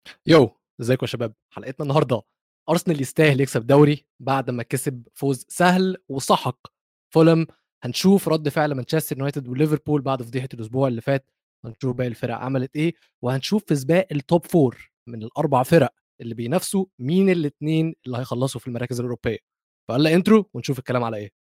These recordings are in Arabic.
ازيكم يا شباب؟ حلقتنا النهارده ارسنال يستاهل يكسب دوري بعد ما كسب فوز سهل وسحق فولم. هنشوف رد فعل مانشستر يونايتد وليفربول بعد فضيحه الاسبوع اللي فات. هنشوف باقي الفرق عملت ايه، وهنشوف في سباق التوب فور من الاربع فرق اللي بينافسوا مين الاثنين اللي هيخلصوا في المراكز الاوروبيه. فقال انترو ونشوف الكلام على ايه.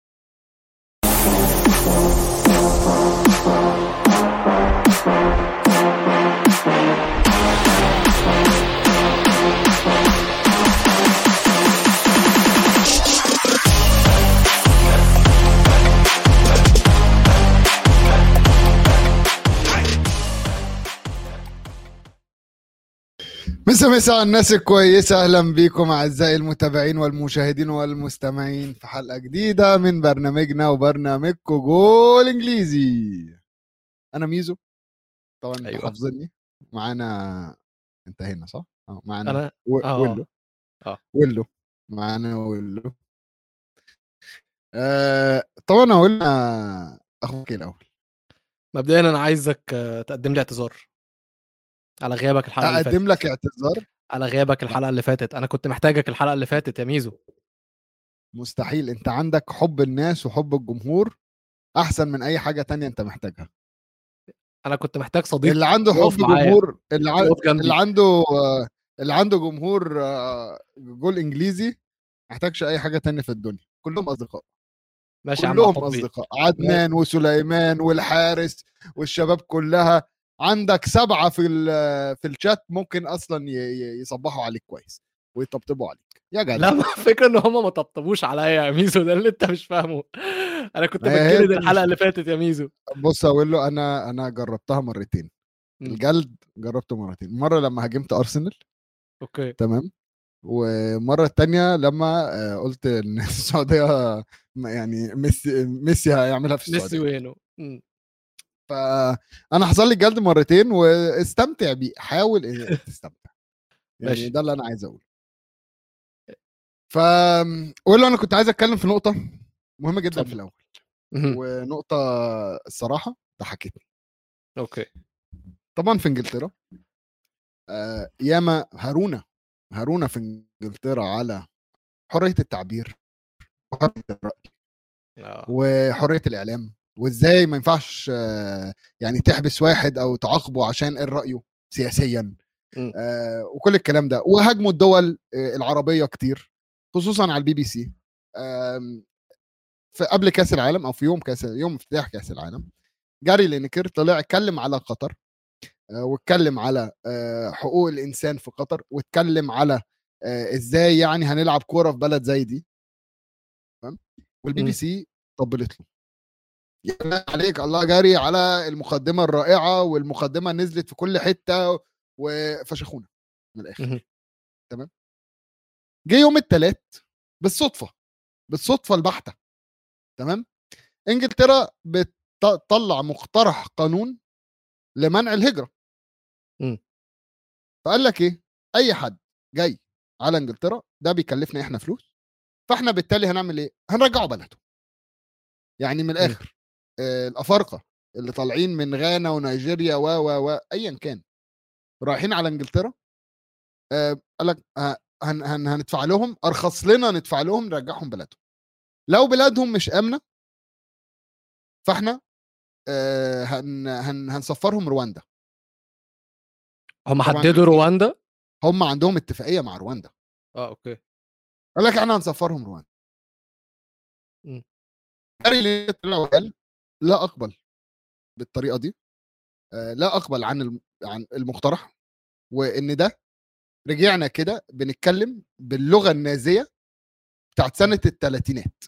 مسا الناس الكويسة، أهلا بكم أعزائي المتابعين والمشاهدين والمستمعين في حلقة جديدة من برنامجنا وبرنامجكم جول إنجليزي. أنا ميزو، طبعا أنتوا ايوه حافظيني. معانا انتهينا صح؟ معانا انا ويلو. اه ويلو معانا ويلو. طبعا قلنا أخوك الأول. مبدئيا انا عايزك تقدم لي اعتذار على غيابك الحلقه اللي أقدم فاتت. لك اعتذار؟ على غيابك لا، الحلقه اللي فاتت، انا كنت محتاجك الحلقه اللي فاتت يا ميزو. مستحيل. أنت عندك حب الناس وحب الجمهور أحسن من أي حاجة تانية أنت محتاجها. انا كنت محتاج صديق اللي عنده يقف حب معايا، جمهور، يقف اللي جنبي. عنده اللي عنده جمهور جول انجليزي، محتاجش اي حاجه تانية في الدنيا. كلهم اصدقاء، ماشي يا عم كلهم حبي. اصدقاء. عدنان ماشي. وسليمان والحارس والشباب كلها. عندك 7 في الشات ممكن اصلا يصبحوا عليك كويس ويطبطبوا عليك يا لا، جدع. ما الفكره ان هم ما طبطبوش عليا يا ميزو، ده اللي انت مش فاهمه. انا كنت ما هي بتجلد انت الحلقه مش. اللي فاتت يا ميزو. بص اقول له، انا جربتها مرتين. مم. الجلد جربته مرتين، مره لما هاجمت ارسنال، اوكي. تمام، ومره التانية لما قلت ان السعوديه يعني ميسي هيعملها في ميسي السعوديه. وينه. فانا حصل لي الجلد مرتين، واستمتع بيه، حاول تستمتع. يعني ماشي. ده اللي انا عايز اقوله. ف قول له انا كنت عايز اتكلم في نقطه مهمه جدا في اتفضل. الاول، مهم. ونقطه الصراحه ضحكتني. اوكي. طبعا في انجلترا ياما هارونا في انجلترا على حريه التعبير وحريه الراي اه. وحريه الاعلام، وازاي ما ينفعش يعني تحبس واحد او تعاقبه عشان إيه رايه سياسيا. مم. وكل الكلام ده، وهاجموا الدول العربيه كتير، خصوصا على البي بي سي. في قبل كاس العالم، او في يوم افتتاح كاس العالم، جاري لينكر طلع اتكلم على قطر، واتكلم على حقوق الانسان في قطر، واتكلم على ازاي يعني هنلعب كوره في بلد زي دي. تمام. والبي بي مم. سي طبلت له، يا عليك الله جاري على المقدمه الرائعه، والمقدمه نزلت في كل حته، وفشخونا من مهم. الاخر. تمام. جه يوم الثلاث بالصدفه البحته، تمام، انجلترا بتطلع مقترح قانون لمنع الهجره. مم. فقال لك ايه؟ اي حد جاي على انجلترا ده بيكلفنا احنا فلوس، فاحنا بالتالي هنعمل ايه؟ هنرجعه بلده. يعني من مم. الاخر الافارقه اللي طالعين من غانا ونيجيريا و ايا كان رايحين على انجلترا، قال لك هندفع لهم ارخص لنا، ندفع لهم نرجعهم بلدهم. لو بلادهم مش امنه، فاحنا هنسفرهم رواندا. هم طبعا حددوا رواندا. هم عندهم اتفاقيه مع رواندا. اه اوكي. قال لك احنا هنسفرهم رواندا. مم. جاري اللي طلع وقال لا اقبل بالطريقه دي، لا اقبل عن المقترح، وان ده رجعنا كده بنتكلم باللغه النازيه بتاعت سنه الثلاثينات.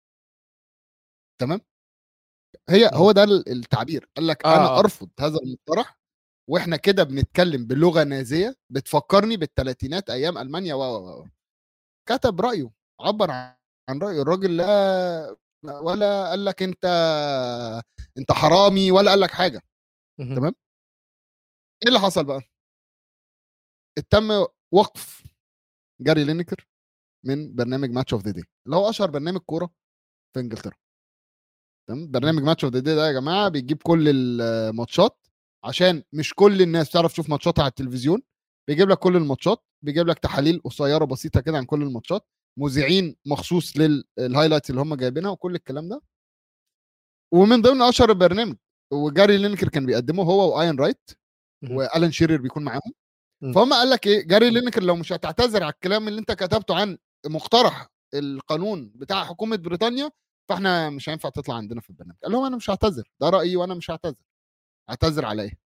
تمام. مم. هو ده التعبير. قال لك انا اه ارفض هذا المقترح، واحنا كده بنتكلم بلغه نازيه بتفكرني بالثلاثينات ايام المانيا كتب رايه، عبر عن رايه الراجل. لا، ولا قال لك انت حرامي، ولا قال لك حاجه. مهم. تمام. ايه اللي حصل بقى؟ تم وقف جاري لينكر من برنامج ماتش اوف ذا دي، اللي هو اشهر برنامج كوره في انجلترا. تمام. مم. برنامج ماتش اوف ذا دي ده يا جماعه بيجيب كل الماتشات، عشان مش كل الناس تعرف تشوف ماتشات على التلفزيون. بيجيب لك كل الماتشات، بيجيب لك تحاليل قصيره بسيطه كده عن كل الماتشات، مذيعين مخصوص للهايلايتس اللي هم جايبينها وكل الكلام ده. ومن ضمن اشهر البرنامج وجاري لينكر كان بيقدمه هو واين رايت مهم. والان شيرر بيكون معاهم. مم. فهم قال لك ايه، جاري لينكر لو مش هتعتذر على الكلام اللي انت كتبته عن مقترح القانون بتاع حكومه بريطانيا، فاحنا مش هينفع تطلع عندنا في البرنامج. قال لهم انا مش هعتذر، ده رايي وانا مش هعتذر. اعتذر على ايه؟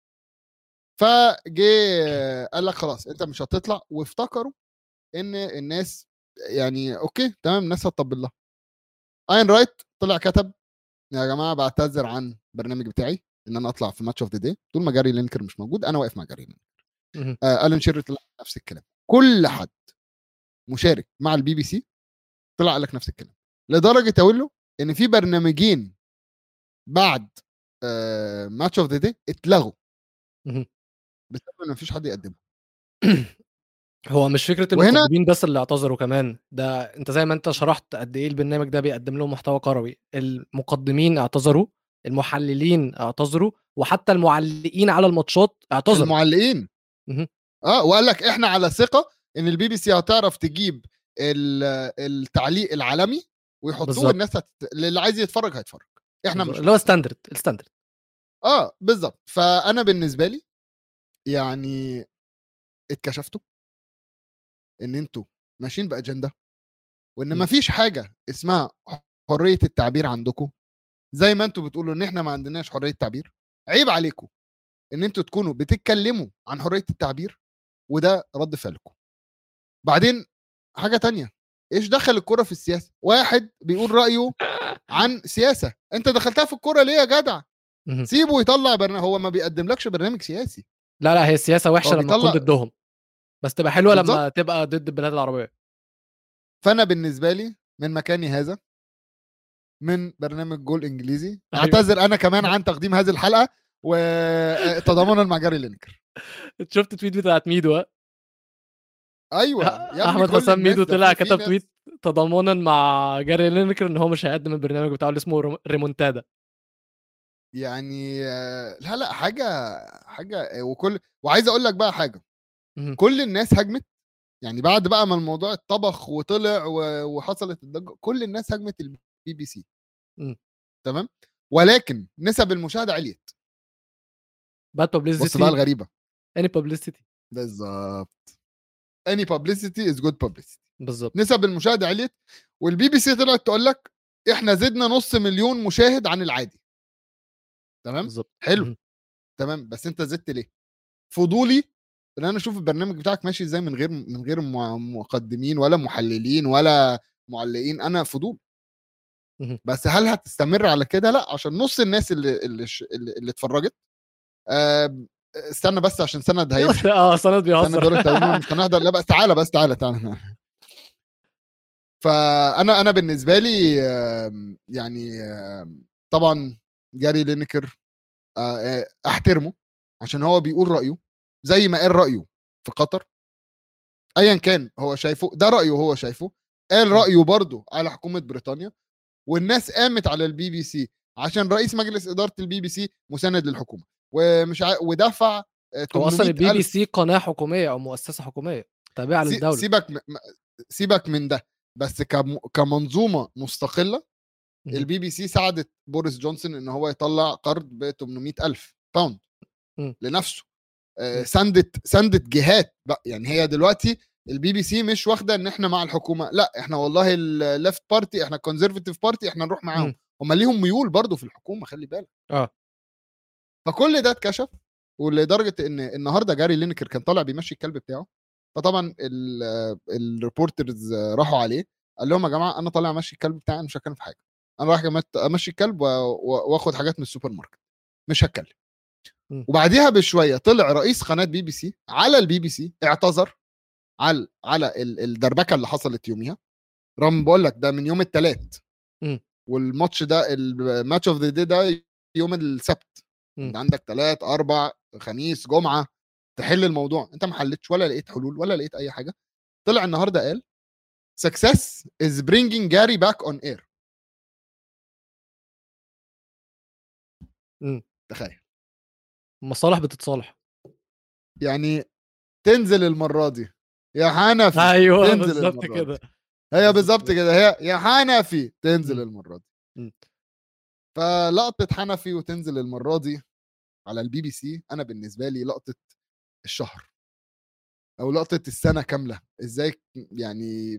فجه قال لك خلاص انت مش هتطلع. وافتكروا ان الناس يعني اوكي تمام، الناس هتطبل لها. اين رايت طلع كتب يا جماعه بعتذر عن البرنامج بتاعي ان انا اطلع في ماتش اوف ذا داي طول ما جاري لينكر مش موجود، انا واقف مع جاري لينكر. مهم. الان شيرر طلع نفس الكلام. كل حد مشارك مع البي بي سي طلع قال لك نفس الكلام، لدرجه اقول له ان في برنامجين بعد ماتش اوف ذا داي اتلغوا مهم. بسبب ان مفيش حد يقدمه. هو مش فكره وهنا المقدمين بس اللي اعتذروا كمان، ده انت زي ما انت شرحت قد ايه البرنامج ده بيقدم لهم محتوى كروي، المقدمين اعتذروا، المحللين اعتذروا، وحتى المعلقين على الماتشات اعتذروا. المعلقين مهم. وقال لك احنا على ثقه ان البي بي سي هتعرف تجيب التعليق العالمي ويحطوه، بالظبط. والناس اللي عايز يتفرج هيتفرج. احنا بالظبط مش اللي هو هنعتذر. الستاندرد. بالظبط. فانا بالنسبه لي يعني اتكشفتوا ان انتوا ماشيين باجنده، وان مم. مفيش حاجه اسمها حريه التعبير عندكم. زي ما انتوا بتقولوا ان احنا ما عندناش حريه تعبير، عيب عليكم ان انتوا تكونوا بتتكلموا عن حريه التعبير وده رد فعلكم. بعدين حاجه تانية، ايش دخل الكرة في السياسه؟ واحد بيقول رايه عن سياسه، انت دخلتها في الكرة ليه يا جدع؟ مهم. سيبه يطلع برنامج، هو ما بيقدملكش برنامج سياسي. لا لا، هي السياسه هو وحشه لما تكون بيطلع ضدهم، بس تبقى حلوه بالظبط. لما تبقى ضد البلاد العربيه. فانا بالنسبه لي من مكاني هذا من برنامج جول انجليزي ايوه. اعتذر انا كمان عن تقديم هذه الحلقه وتضامنا مع جاري لينكر. شفت التويت بتاعت ميدو؟ ايوه يا ابني احمد كل حسام ميدو الناس ده طلع في كتب ناس. تويت تضامنا مع جاري لينكر ان هو مش هيقدم البرنامج بتاعه اللي اسمه ريمونتادا. يعني لا لا، حاجه وعايز اقول لك بقى حاجه. مهم. كل الناس هجمت، يعني بعد بقى ما الموضوع اتطبخ وطلع وحصلت الضجه، كل الناس هجمت البي بي سي. مم. تمام. ولكن نسب المشاهده عليت. باد بص بقى بابليستي، الغريبه. اني بابليستي. بالظبط. any publicity is good publicity. بالظبط. نسب المشاهده عليت، والبي بي سي طلعت تقول لك احنا زدنا 500,000 مشاهد عن العادي. تمام. بالظبط. حلو. مهم. تمام، بس انت زدت ليه؟ فضولي ان انا اشوف البرنامج بتاعك ماشي ازاي من غير مقدمين ولا محللين ولا معلقين. انا فضول. مهم. بس هل هتستمر على كده؟ لا، عشان نص الناس اللي اتفرجت استنى بس عشان سند هيمشي. سند سند بيهزر. دول تقريبا مش هنحضر. لا بس تعالى، بس تعالى. فانا بالنسبه لي يعني طبعا جاري لينكر احترمه عشان هو بيقول رايه زي ما قال رايه في قطر. ايا كان هو شايفه، ده رايه هو شايفه. قال مم. رايه برضه على حكومه بريطانيا، والناس قامت على البي بي سي عشان رئيس مجلس اداره البي بي سي مساند للحكومه ودفع هو اصلا البي بي سي 800,000. قناه حكوميه او مؤسسه حكوميه تابعه للدوله. سيبك من ده. بس كمنظومه مستقله مهم. البي بي سي ساعدت بوريس جونسون ان هو يطلع قرض ب 800,000 باوند مم. لنفسه. مم. ساندت جهات بقى. يعني هي دلوقتي البي بي سي مش واخده ان احنا مع الحكومه، لا احنا والله الليفت بارتي، احنا الكونزرفاتيف بارتي، احنا نروح معاهم. مم. هم ليهم ميول برضو في الحكومه، خلي بالك. اه. فكل ده اتكشف، ولدرجه ان النهارده جاري لينكر كان طالع بيمشي الكلب بتاعه. فطبعا الريبورترز راحوا عليه، قال لهم يا جماعه انا طالع امشي الكلب بتاعي، انا مش هتكلم في حاجه. انا رايح امشي الكلب واخد حاجات من السوبر ماركت، مش هتكلم. مم. وبعديها بشويه طلع رئيس قناه بي بي سي على البي بي سي اعتذر على الدربكه اللي حصلت يوميها. رغم بقول لك ده من يوم الثلاث، مم. والماتش ده الماتش اوف ذا داي ده يوم السبت. مم. انت عندك ثلاث اربع خميس جمعه تحل الموضوع، انت ما حلتش ولا لقيت حلول ولا لقيت اي حاجه. طلع النهارده قال success is bringing Gary back on air. مم. تخيل. مصالح بتتصالح. يعني تنزل المره دي يا حنفي. ايوه تنزل بالظبط المره كده. دي. هي بالظبط كده، هي يا حنفي تنزل مم. المره دي. مم. فلقطه حنفي وتنزل المره دي على البي بي سي، انا بالنسبه لي لقطه الشهر او لقطه السنه كامله. ازاي يعني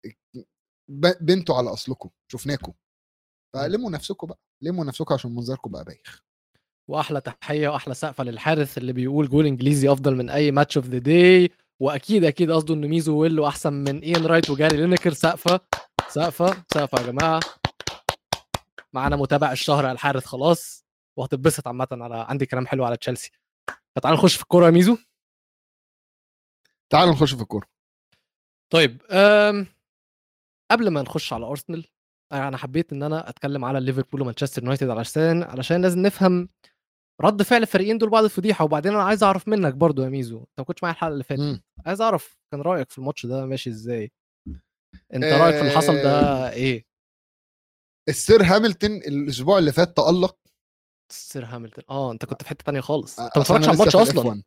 بنتوا على اصلكم، شفناكم، فلموا نفسكم بقى، لموا نفسكم عشان منظركم بقى بايخ. واحلى تحيه واحلى سقفه للحارس اللي بيقول جول انجليزي افضل من اي ماتش اوف ذا داي. واكيد اكيد قصده ان ميزو ويلو احسن من اين رايت وجاري لينكر. سقفه سقفه سقفه يا جماعه. معانا متابع الشهر على الحارس خلاص. وهتتبسط عامه، على عندي كلام حلو على تشيلسي. فتعال نخش في الكوره يا ميزو. تعالوا نخش في الكوره. طيب قبل ما نخش على ارسنال، انا حبيت ان انا اتكلم على ليفربول ومانشستر يونايتد علشان لازم نفهم رد فعل الفريقين دول بعد الفضيحه. وبعدين انا عايز اعرف منك برضو يا ميزو، انت ما كنتش معايا الحلقه اللي فاتت. مم. عايز اعرف كان رايك في الماتش ده ماشي ازاي. انت رايك في اللي حصل ده آه، ايه؟ السير هامilton الاسبوع اللي فات تألق. سير هامilton، انت كنت في حته تانية خالص، انت ما اصل اتفرجتش انا على لسه الماتش في الاف اصلا. 1.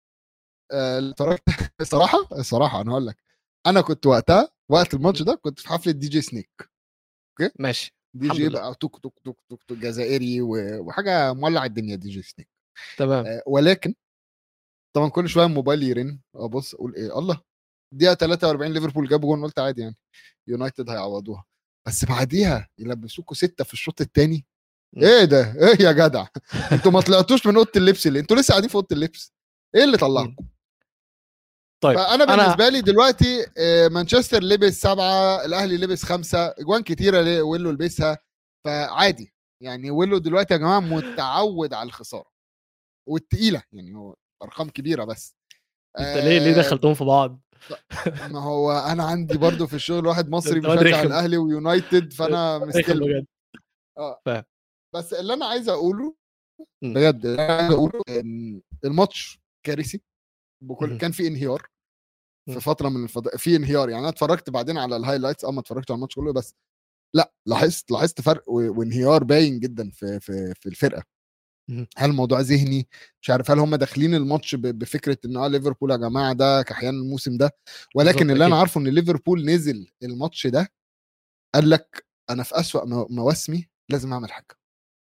اتفرجت. الصراحه انا هقول لك، انا كنت وقت الماتش ده كنت في حفله دي جي سنيك. اوكي. ماشي. دي الحمد جي لله. بقى توك توك توك توك توك جزائري وحاجه مولع الدنيا دي جي سنيك. تمام. ولكن طبعا كل شويه الموبايل يرن، ابص اقول ايه الله، دقيقه 43 ليفربول جابوا جون، قلت عادي يعني يونايتد هيعوضوها. بس بعديها يلبسوكوا 6 في الشوط الثاني. م. ايه ده، ايه يا جدع، انتوا ما طلعتوش من اوضه اللبس اللي انتوا لسه قاعدين في اوضه اللبس، ايه اللي م. طلعكم؟ طيب فانا انا بالنسبه لي دلوقتي مانشستر لبس 7، الاهلي لبس 5 اجوان كتيره ويلو لبسها، فعادي يعني. ويلو دلوقتي يا جماعه متعود على الخساره والتقيله، يعني هو ارقام كبيره بس. انت ليه آه، دخلتهم في بعض؟ ما هو انا عندي برضو في الشغل واحد مصري انت واد بيشجع رخم. الاهلي ويونايتد، فانا رخم مستلمه. بجد. اه. فاهم. بس اللي انا عايز اقوله م. بجد، اللي انا عايز اقوله إن الماتش كارثي. م. كان في انهيار م. في فتره من في انهيار يعني. انا اتفرجت بعدين على الهايلايتس، ما اتفرجتش على الماتش كله، بس لا لاحظت فرق وانهيار باين جدا في الفرقه. م. هل الموضوع ذهني؟ مش عارف، هل هم داخلين الماتش بفكره ان ليفربول يا جماعه ده كحيان الموسم ده؟ ولكن بالظبط اللي انا اكيد. عارفه ان ليفربول نزل الماتش ده قال لك انا في اسوأ مواسمي لازم اعمل حاجه.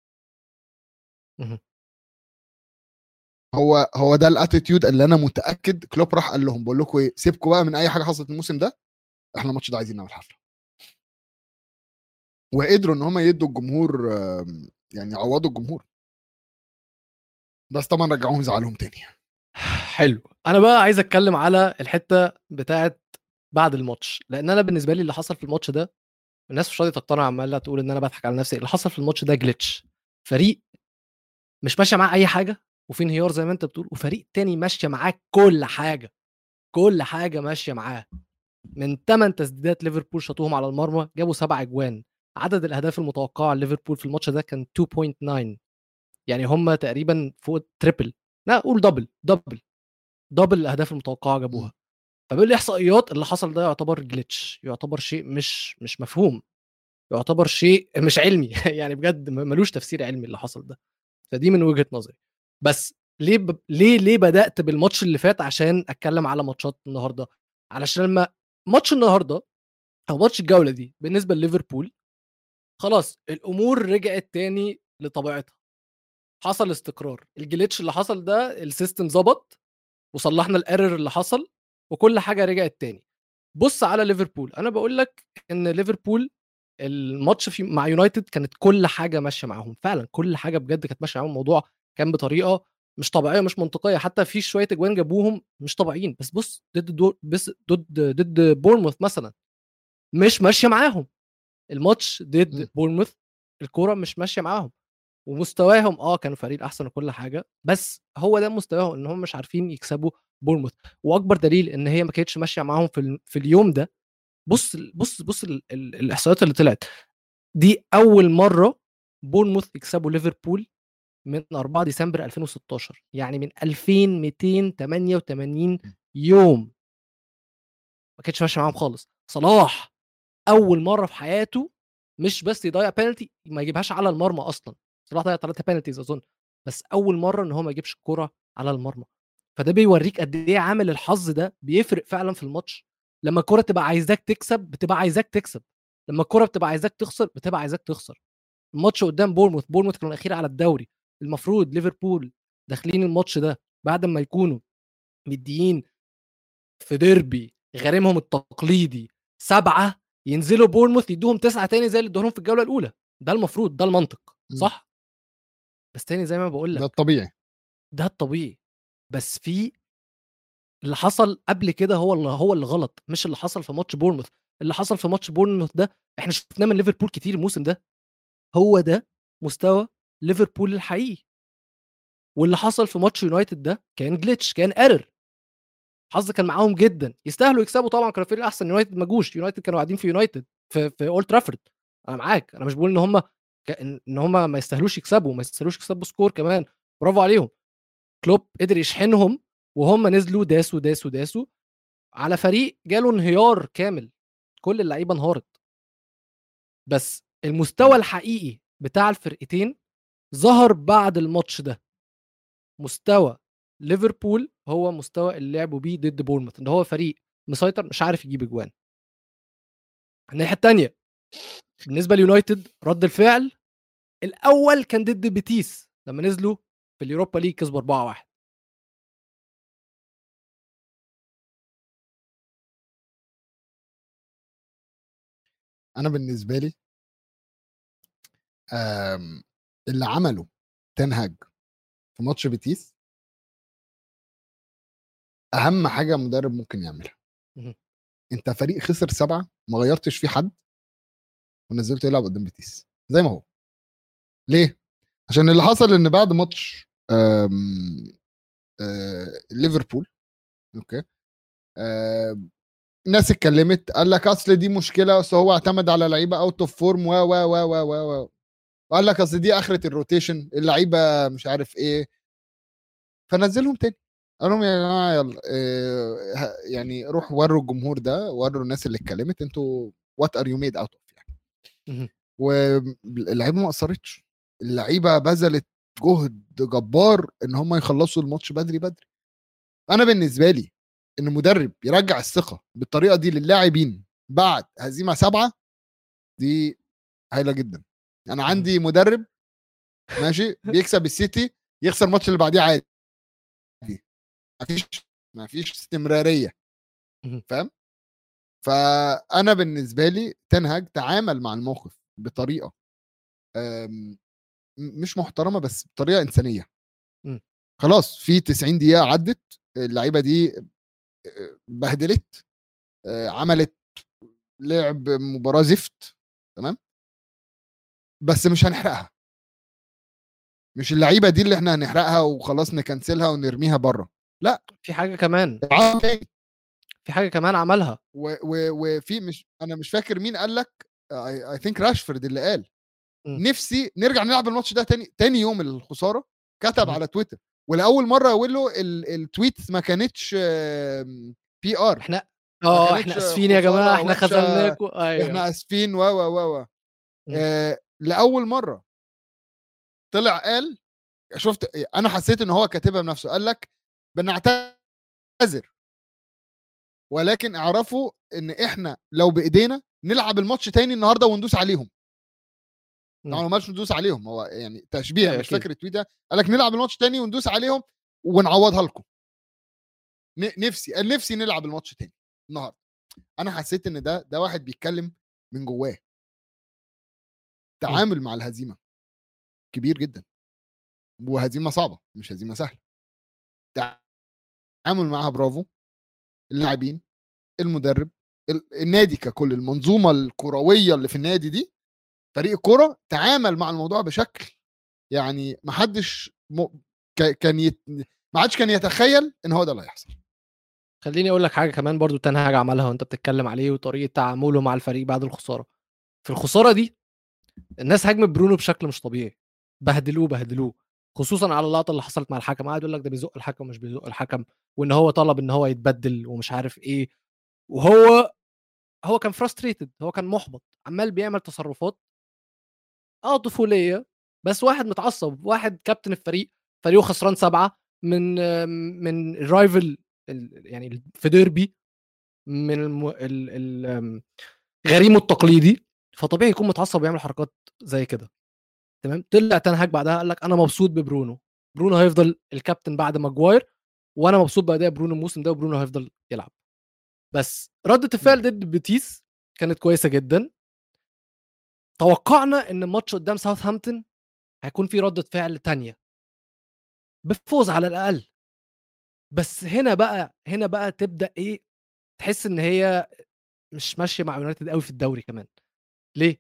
م. هو ده الاتيتيود اللي انا متاكد كلوب راح قال لهم بقول لكم ايه، سيبكم بقى من اي حاجه حصلت الموسم ده، احنا الماتش ده عايزين نعمل حفله. وقدروا ان هم يدوا الجمهور يعني يعوضوا الجمهور، بس طبعا رجعوهم زعلهم تاني. حلو. انا بقى عايز اتكلم على الحته بتاعت بعد الماتش، لان انا بالنسبه لي اللي حصل في الماتش ده، الناس مش راضيه تقتنع، عماله تقول ان انا بضحك على نفسي. اللي حصل في الماتش ده جلitch. فريق مش ماشيه معاه اي حاجه وفي انهيار زي ما انت بتقول، وفريق تاني ماشيه معاه كل حاجه. كل حاجه ماشيه معاه. من 8 تسديدات ليفربول شاطوهم على المرمى جابوا 7 اجوان. عدد الاهداف المتوقعه لليفربول في الماتش ده كان 2.9. يعني هم تقريبا فوق تريبل، لا قول دبل دبل دبل الاهداف المتوقعه مم. جابوها. فبالاحصائيات اللي حصل ده يعتبر جلitch، يعتبر شيء مش مفهوم، يعتبر شيء مش علمي. يعني بجد ملوش تفسير علمي اللي حصل ده. فدي من وجهة نظري. بس ليه بدأت بالماتش اللي فات عشان اتكلم على ماتشات النهارده؟ علشان لما ماتش النهارده او ماتش الجولة دي بالنسبة لليفربول، خلاص الامور رجعت تاني لطبيعتها. حصل استقرار. الجليتش اللي حصل ده السيستم ظبط، وصلحنا الايرور اللي حصل، وكل حاجة رجعت تاني. بص على ليفربول. انا بقول لك ان ليفربول الماتش مع يونايتد كانت كل حاجه ماشيه معاهم فعلا. كل حاجه بجد كانت ماشيه معاهم. الموضوع كان بطريقه مش طبيعيه مش منطقيه. حتى في شويه اجوان جابوهم مش طبيعيين. بس بص ضد بورنموث مثلا مش ماشيه معاهم. الماتش ضد مم. بورنموث الكوره مش ماشيه معاهم. ومستواهم كانوا فريق احسن وكل حاجه، بس هو ده مستواهم ان هم مش عارفين يكسبوا بورنموث. واكبر دليل ان هي ما كانتش ماشيه معاهم في اليوم ده. بص الاحصائيات اللي طلعت دي. اول مره بورنموث يكسبوا ليفربول من 4 ديسمبر 2016، يعني من 2288 يوم ما كانتش ماشيه معاهم خالص. صلاح اول مره في حياته مش بس يضيع بينالتي ما يجيبهاش على المرمى اصلا. صلاح ضيع 3 بينالتيز اظن، بس اول مره ان هو ما يجيبش الكره على المرمى. فده بيوريك قد ايه عامل الحظ ده بيفرق فعلا في الماتش. لما الكره تبقى عايزاك تكسب بتبقى عايزاك تكسب، لما الكره بتبقى عايزاك تخسر بتبقى عايزاك تخسر. الماتش قدام بورموث كانوا الاخير على الدوري، المفروض ليفربول داخلين الماتش ده بعد ما يكونوا مديين في ديربي غارمهم التقليدي 7، ينزلوا بورموث يدوهم 9 تاني زي اللي ادوهم في الجوله الاولى. ده المفروض، ده المنطق صح. بس تاني زي ما بقول ده لك الطبيعي. ده الطبيعي، بس في اللي حصل قبل كده هو اللي غلط، مش اللي حصل في ماتش بورموث. اللي حصل في ماتش بورموث ده احنا شفناه من ليفربول كتير الموسم ده، هو ده مستوى ليفربول الحقيقي. واللي حصل في ماتش يونايتد ده كان جليتش، كان ايرور. حظ كان معاهم جدا، يستاهلوا يكسبوا طبعا، كانوا فريق احسن. يونايتد ما جوش، يونايتد كانوا قاعدين في يونايتد في اولد ترافورد. انا معاك، انا مش بقول ان هم ان هم ما يستاهلوش يكسبوا، ما يستاهلوش يكسبوا سكور كمان، برافو عليهم. كلوب قدر يشحنهم وهم نزلوا داسوا داسوا داسوا على فريق جاله انهيار كامل، كل اللعيبه انهارت. بس المستوى الحقيقي بتاع الفرقتين ظهر بعد الماتش ده. مستوى ليفربول هو مستوى اللي لعبوا بيه ضد بورموث، ان هو فريق مسيطر مش عارف يجيب اجوان. الناحيه الثانيه بالنسبه ليونايتد رد الفعل الاول كان ضد بيتيس لما نزلوا في اليوروبا ليج كسبوا 4-1. انا بالنسبه لي اللي عمله تنهاج في ماتش بيتيس اهم حاجه مدرب ممكن يعملها. انت فريق خسر 7 ما غيرتش فيه حد ونزلته يلعب قدام بيتيس زي ما هو. ليه؟ عشان اللي حصل ان بعد ماتش ليفربول، اوكي، ناس اتكلمت قال لك اصل دي مشكله، اصل هو اعتمد على لعيبه اوت اوف فورم و وقال لك اصل دي اخره الروتيشن، اللعيبه مش عارف ايه، فنزلهم تاني. قال لهم يا جماعه يلا يعني روح وروا الجمهور ده، وروا الناس اللي اتكلمت انتوا وات ار يو ميد اوت اوف يعني. واللعيبه ما قصرتش، اللعيبه بذلت جهد جبار ان هم يخلصوا الماتش بدري بدري. انا بالنسبه لي ان مدرب يرجع الثقه بالطريقه دي للاعبين بعد هزيمه 7 دي هايله جدا. انا عندي مدرب ماشي بيكسب السيتي يخسر الماتش اللي بعديه عادي، مفيش استمراريه، فاهم؟ فانا بالنسبه لي تنهاج تعامل مع الموقف بطريقه مش محترمه بس بطريقه انسانيه. خلاص في 90 دقيقه عدت، اللعيبه دي بهدلت، عملت لعب مباراه زفت، تمام، بس مش هنحرقها. مش اللعيبه دي اللي احنا هنحرقها وخلاص نكنسلها ونرميها بره، لا. في حاجه كمان، في حاجه كمان عملها وفي مش انا مش فاكر مين قال لك، اي ثينك راشفورد اللي قال نفسي نرجع نلعب الماتش ده تاني يوم الخساره. كتب على تويتر ولاول مره اقول له التويت ما كانتش بي ار، احنا اسفين يا جماعه احنا خذلناكم، ايوه احنا اسفين و لاول مره طلع قال. شفت انا حسيت ان هو كاتبها بنفسه، قال لك بنعتذر ولكن اعرفوا ان احنا لو بايدينا نلعب الماتش تاني النهارده وندوس عليهم. طبعا ما مالش ندوس عليهم، هو يعني تشبيه، مش فاكر التويت ده، قال لك نلعب الماتش تاني وندوس عليهم ونعوضها لكم. نفسي نلعب الماتش تاني النهارده. انا حسيت ان ده واحد بيتكلم من جواه. تعامل مع الهزيمه كبير جدا، وهزيمه صعبه مش هزيمه سهله. تعامل معاها برافو. اللاعبين، المدرب، النادي ككل، المنظومه الكرويه اللي في النادي دي، فريق الكوره تعامل مع الموضوع بشكل يعني ما حدش ما حدش كان يتخيل ان هو ده اللي هيحصل. خليني اقول لك حاجه كمان برضو تنهاج عملها وانت بتتكلم عليه وطريقه تعامله مع الفريق بعد الخساره. في الخساره دي الناس هاجمت برونو بشكل مش طبيعي، بهدلوه خصوصا على اللقطه اللي حصلت مع الحكم. قاعد يقول لك ده بيزق الحكم ومش بيزق الحكم، وان هو طلب ان هو يتبدل ومش عارف ايه. وهو كان فرستريتد، هو كان محبط، عمال بيعمل تصرفات طفوليه. بس واحد متعصب، واحد كابتن الفريق، فريقه خسران 7، من الرايفل يعني في ديربي من غريمه التقليدي، فطبيعي يكون متعصب ويعمل حركات زي كده. تمام. طلع تنهاج بعدها قال لك انا مبسوط ببرونو، برونو هيفضل الكابتن بعد ماجواير، وانا مبسوط باداء برونو الموسم ده، وبرونو هيفضل يلعب. بس ردة الفعل ضد بيتيس كانت كويسه جدا. توقعنا ان الماتش قدام ساوثهامبتون هيكون في ردة فعل تانية بفوز على الاقل. بس هنا بقى تبدا ايه، تحس ان هي مش ماشيه مع يونايتد قوي في الدوري كمان. ليه؟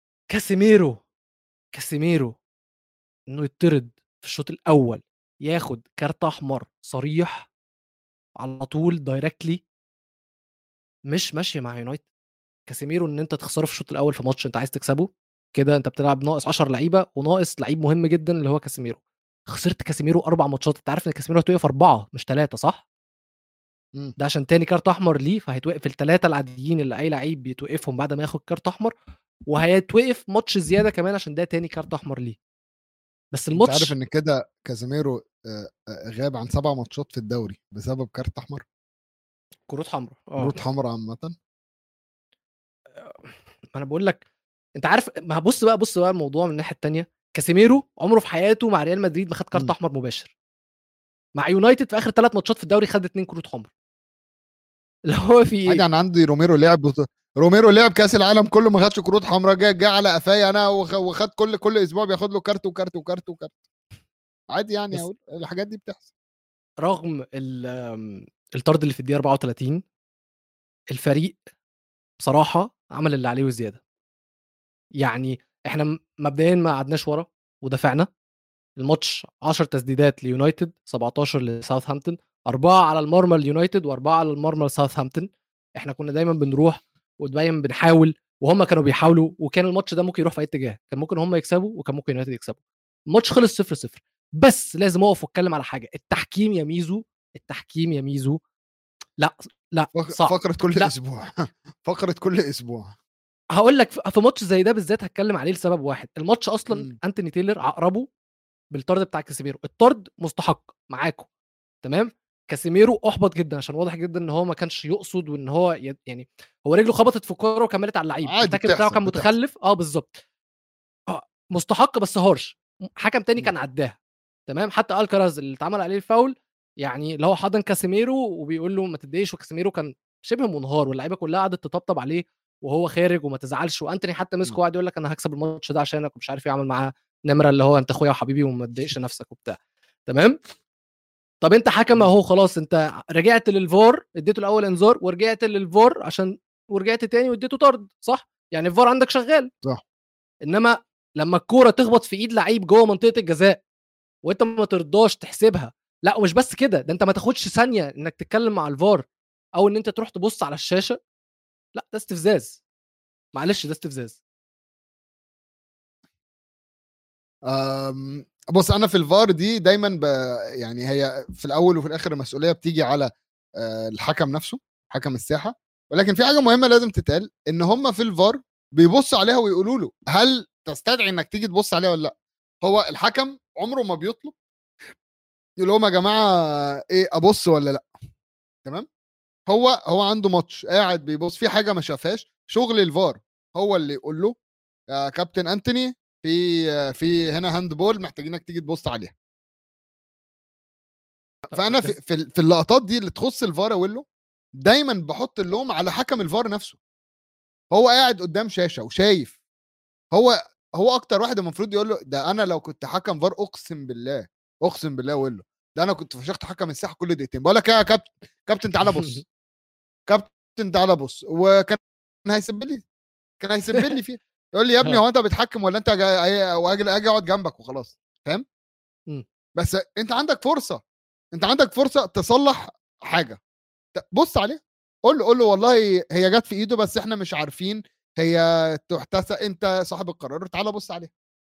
كاسيميرو انه يطرد في الشوط الاول، ياخد كارت احمر صريح على طول دايركتلي، مش ماشيه مع يونايتد. كاسيميرو ان انت تخسره في الشوط الاول في ماتش انت عايز تكسبه، كده انت بتلعب ناقص 10 لعيبه وناقص لعيب مهم جدا اللي هو كاسيميرو. خسرت كاسيميرو 4 ماتشات، انت عارف ان كاسيميرو هتوقف 4 مش 3 صح؟ ده عشان تاني كارت احمر ليه، فهيتوقف الثلاثه العاديين اللي اي لعيب بيتوقفهم بعد ما ياخد كارت احمر، وهيتوقف ماتش زياده كمان عشان ده تاني كارت احمر ليه. بس انت عارف الماتش ان كده كازيميرو غاب عن 7 ماتشات في الدوري بسبب كارت احمر، كروت حمراء كروت حمراء عامه. ما انا بقول لك، انت عارف، ما بص بقى الموضوع من الناحيه الثانيه. كاسيميرو عمره في حياته مع ريال مدريد ما خد كارت مم. احمر مباشر. مع يونايتد في اخر 3 ماتشات في الدوري خد 2 كروت حمر. اللي هو في عادي، ايه؟ انا عندي روميرو لعب كاس العالم كله ما خدش كروت حمراء، جه على قفايا انا وخد كل اسبوع بياخد له كارت وكارت وكارت وكارت. عادي يعني، بس اقول الحاجات دي بتحصل. رغم الطرد اللي في الدقيقه 34، الفريق بصراحه عمل اللي عليه وزياده. يعني احنا مبدئيا ما قعدناش ورا ودافعنا. الماتش 10 تسديدات ليونايتد، 17 لساوثهامبتون، 4 على المرمى اليونايتد و4 على المرمى لساوثهامبتون. احنا كنا دايما بنروح ودايما بنحاول، وهم كانوا بيحاولوا، وكان الماتش ده ممكن يروح في اي اتجاه، كان ممكن هم يكسبوا وكان ممكن يونايتد يكسبوا. الماتش خلص 0-0. بس لازم اقف واتكلم على حاجه، التحكيم يا ميزو، التحكيم يا ميزو. لا لا صعب. فقره كل لا اسبوع فقره كل اسبوع. هقول لك، في ماتش زي ده بالذات هتكلم عليه لسبب واحد. الماتش اصلا مم. انتوني تايلر عقربه بالطرد بتاع كاسيميرو، الطرد مستحق معاكم، تمام. كاسيميرو احبط جدا عشان واضح جدا ان هو ما كانش يقصد، وان هو يعني هو رجله خبطت في الكوره وكملت على اللعيب، عادي، التاكل بتاعه بتحصل كان بتحصل. متخلف بالظبط. مستحق بس هارش. حكم تاني مم. كان عداها، تمام. حتى الكراز اللي اتعمل عليه الفاول، يعني اللي هو حضن كاسيميرو وبيقول له ما تتضايقش، وكاسيميرو كان شبه منهار واللعيبه كلها قعدت تطبطب عليه وهو خارج وما تزعلش، وانتوني حتى مسكه مم. وقعد يقول لك انا هكسب الماتش ده عشانك ومش عارف يعمل معاه نمره اللي هو انت اخويا وحبيبي وما تضايقش نفسك وبتاع، تمام. طب انت حكم مم. اهو، خلاص انت رجعت للفار، اديته الاول انذار ورجعت للفار عشان ورجعت تاني واديته طرد، صح؟ يعني الفار عندك شغال. صح. انما لما الكوره تخبط في ايد لعيب جوه منطقه الجزاء وانت ما ترضاش تحسبها، لا ومش بس كده، ده انت ما تاخدش ثانيه انك تتكلم مع الفار او ان انت تروح تبص على الشاشه، لا ده استفزاز. معلش ده استفزاز. بص، انا في الفار دي دايما يعني هي في الاول وفي الاخر المسؤوليه بتيجي على الحكم نفسه، حكم الساحه. ولكن في حاجه مهمه لازم تتقال، ان هم في الفار بيبصوا عليها ويقولوا له هل تستدعي انك تيجي تبص عليها ولا لا. هو الحكم عمره ما بيطلب يقول لهم يا جماعه ايه ابص ولا لا. تمام. هو عنده ماتش قاعد بيبص في حاجه ما شافهاش، شغل الفار هو اللي يقول له يا كابتن انتوني في هنا هاند بول محتاجينك تيجي تبص عليها. فانا في اللقطات دي اللي تخص الفار اقول دايما بحط اللوم على حكم الفار نفسه. هو قاعد قدام شاشه وشايف. هو اكتر واحد المفروض يقول له ده. انا لو كنت حكم فار اقسم بالله، اقسم بالله اقول له ده انا كنت فشخت حكم الساحه كل دقيقتين. بقول لك ايه يا كابتن، كابتن تعالى بص، كابتن تعالى بص. وكان هيسب لي كان هيسب لي فيه. يقول لي يا ابني هو انت بتحكم ولا انت اجي اقعد جنبك وخلاص، فاهم؟ بس انت عندك فرصه، انت عندك فرصه تصلح حاجه، بص عليه. قول له والله هي جت في ايده بس احنا مش عارفين هي تحتسب، انت صاحب القرار تعالى بص عليها.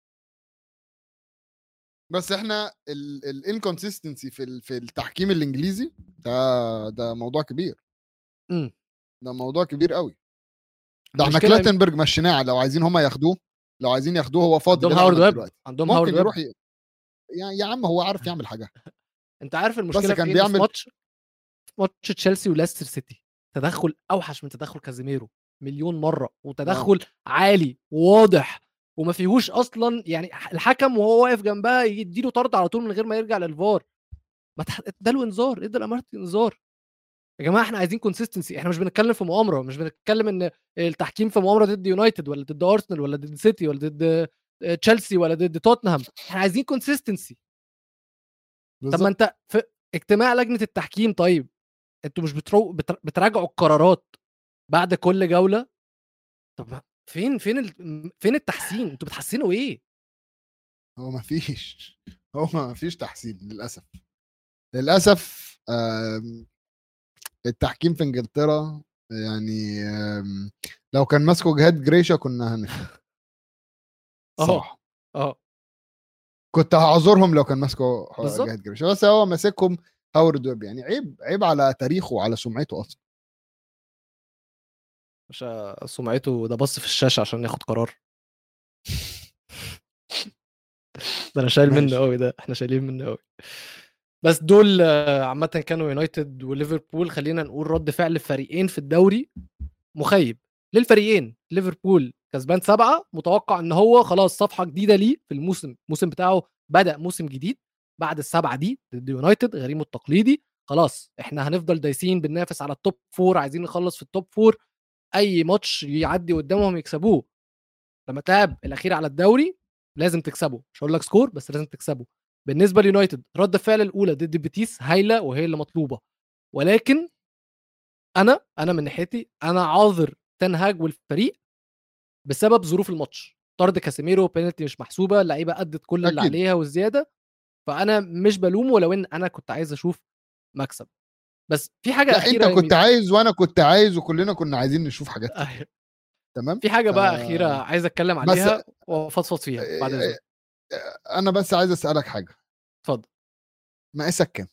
بس احنا الانكونسيستنسي في التحكيم الانجليزي ده موضوع كبير، ده موضوع كبير قوي. ده احنا المشكله كلاتنبرج مشيناه، لو عايزين هما ياخدوه، لو عايزين ياخدوه هو فاضي عندهم هاورد بيلعب ويب، دلوقتي عندهم هاورد ممكن ويب. يروح يا عم هو عارف يعمل حاجه. انت عارف المشكله في كان ايه؟ إن في بيعمل ماتش تشيلسي وليستر سيتي تدخل اوحش من تدخل كازيميرو مليون مره، وتدخل عالي وواضح وما فيهوش اصلا يعني الحكم وهو واقف جنبها يديله طرد على طول من غير ما يرجع للفار. ما اداله انذار، ادى الامارتي انذار. يا جماعه احنا عايزين كونسيستنسي، احنا مش بنتكلم في مؤامره، مش بنتكلم ان التحكيم في مؤامره ضد يونايتد ولا ضد ارسنال ولا ضد سيتي ولا ضد تشيلسي ولا ضد توتنهام، احنا عايزين كونسيستنسي. طب ما بالظبط. انت في اجتماع لجنه التحكيم، طيب انتوا مش بتراجعوا القرارات بعد كل جوله؟ طب فين التحسين؟ انتوا بتحسنوا ايه؟ هو ما فيش هو ما فيش تحسين للاسف. للاسف التحكيم في انجلترا يعني لو كان ماسكه جهاد جريشة كنا هنفهم اه صراحة. اه كنت هعذرهم لو كان ماسكه بالظبط. جهاد جريشة، بس هو ماسكهم هاورد ويب. يعني عيب على تاريخه وعلى سمعته اصلا. مش سمعته ده بص في الشاشه عشان ياخد قرار. ده انا شايل منه ماشي. قوي، ده احنا شايلين منه قوي. بس دول عامه كانوا يونايتد وليفربول. خلينا نقول رد فعل فريقين في الدوري مخيب للفريقين. ليفربول كسبان 7، متوقع ان هو خلاص صفحه جديده ليه في الموسم بتاعه، بدا موسم جديد بعد ال7 دي ضد يونايتد غريمه التقليدي. خلاص احنا هنفضل دايسين بننافس على التوب 4، عايزين نخلص في التوب 4، اي ماتش يعدي قدامهم يكسبوه. لما تلعب الاخير على الدوري لازم تكسبه، مش هقول لك سكور بس لازم تكسبه. بالنسبه ليونايتد رد الفعل الاولى ضد بيتيس هايله وهي اللي مطلوبه، ولكن انا من ناحيتي انا عاذر تنهاج والفريق بسبب ظروف الماتش. طرد كاسيميرو، بينالتي مش محسوبه، اللعيبه ادت كل اللي اكيد. عليها والزياده. فانا مش بلومه، ولو ان انا كنت عايز اشوف مكسب. بس في حاجه لا، انت اخيره يا كنت ميزو. عايز وانا كنت عايز وكلنا كنا عايزين نشوف حاجات كتير. أيوة. تمام. في حاجه بقى اخيره عايز اتكلم بس عليها وافضفض فيها بعد اذنك. انا بس عايز اسالك حاجه. اتفضل. مقاسك كام؟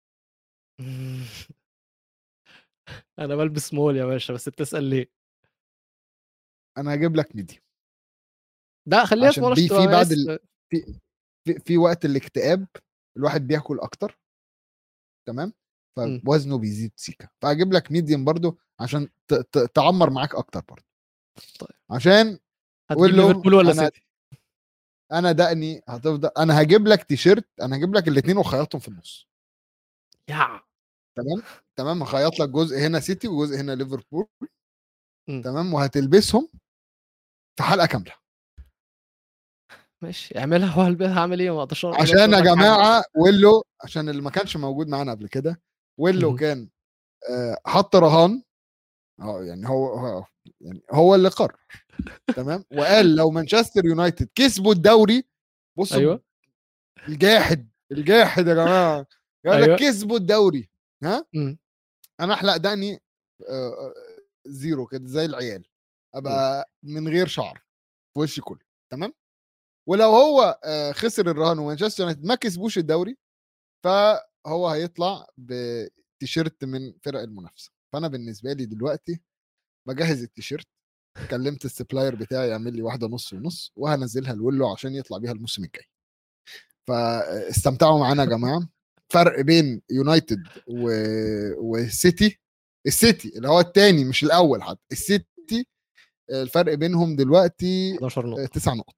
انا بلبس مول يا باشا، بس بتسال ليه؟ انا هجيب لك ميديم. ده خليها عشان اسمه رش في بعد مقاس. في في وقت الاكتئاب الواحد بياكل اكتر. تمام. مم. فوزنه بيزيد سيكا، فاجيب لك ميديم برضو عشان تعمر معاك اكتر برضو. طيب عشان هتجيب قول له ليفربول ولا انا سيتي؟ دقني هتفضل. انا هجيب لك تيشيرت، انا هجيب لك الاثنين وخيطهم في النص. يا تمام. تمام. هخيط لك جزء هنا سيتي وجزء هنا ليفربول. مم. تمام. وهتلبسهم في حلقه كامله. ماشي اعملها وهلبسها، هعمل ايه؟ ما اقدرش عشان اقول يا لك حاجه. جماعه ويلو، عشان اللي ما كانش موجود معانا قبل كده، ويلو مهم. كان حط رهان. يعني هو اللي قرر. تمام. وقال لو مانشستر يونايتد كسبوا الدوري، بصوا ايوه الجاحد يا جماعه، قال لك ايوه. كسبوا الدوري. ها. مم. انا احلق دقني زيرو كده زي العيال، مم. ابقى من غير شعر في وشي كله. تمام. ولو هو خسر الرهان ومانشستر يونايتد ما كسبوش الدوري، فهو هيطلع بتيشيرت من فرق المنافسه. فانا بالنسبه لي دلوقتي بجهز التيشيرت. كلمت السبلاير بتاعي يعمل لي واحده نص ونص، وهنزلها لولو عشان يطلع بيها الموسم الجاي. فاستمتعوا معانا يا جماعه. فرق بين يونايتد وسيتي، السيتي اللي هو الثاني مش الاول حتى، السيتي الفرق بينهم دلوقتي 11 نقطه. 9 نقط.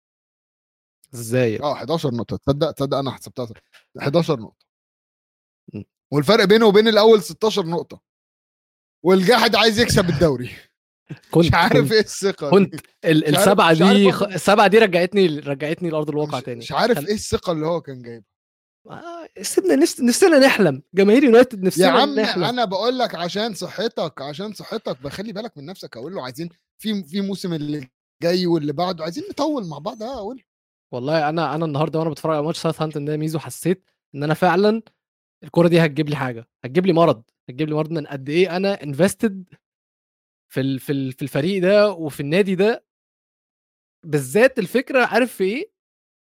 ازاي؟ 11 نقطه. تصدق انا حسبتها 11 نقطه. مم. والفرق بينه وبين الاول 16 نقطه. والجاحد عايز يكسب الدوري. مش كنت عارف كنت ايه الثقه كنت دي. مش عارف السبعه مش عارف دي اخد. السبعه دي رجعتني لارض الواقع تاني. مش عارف ايه الثقه اللي هو كان جايبها. سيبنا نفسنا نحلم، جماهير يونايتد يا نفسنا عم نحلم. انا بقول لك عشان صحتك، عشان صحتك بخلي بالك من نفسك. اقول له عايزين في موسم اللي جاي واللي بعده عايزين نطول مع بعض. اقول والله انا النهارده وانا بتفرج على ماتش ساوثهامبتون ده ميزو، حسيت ان انا فعلا الكوره دي هتجيب لي حاجه، هتجيب لي مرض، هتجيب لي مرض من قد ايه انا انفستد في الفريق ده وفي النادي ده بالذات. الفكره عارف في ايه؟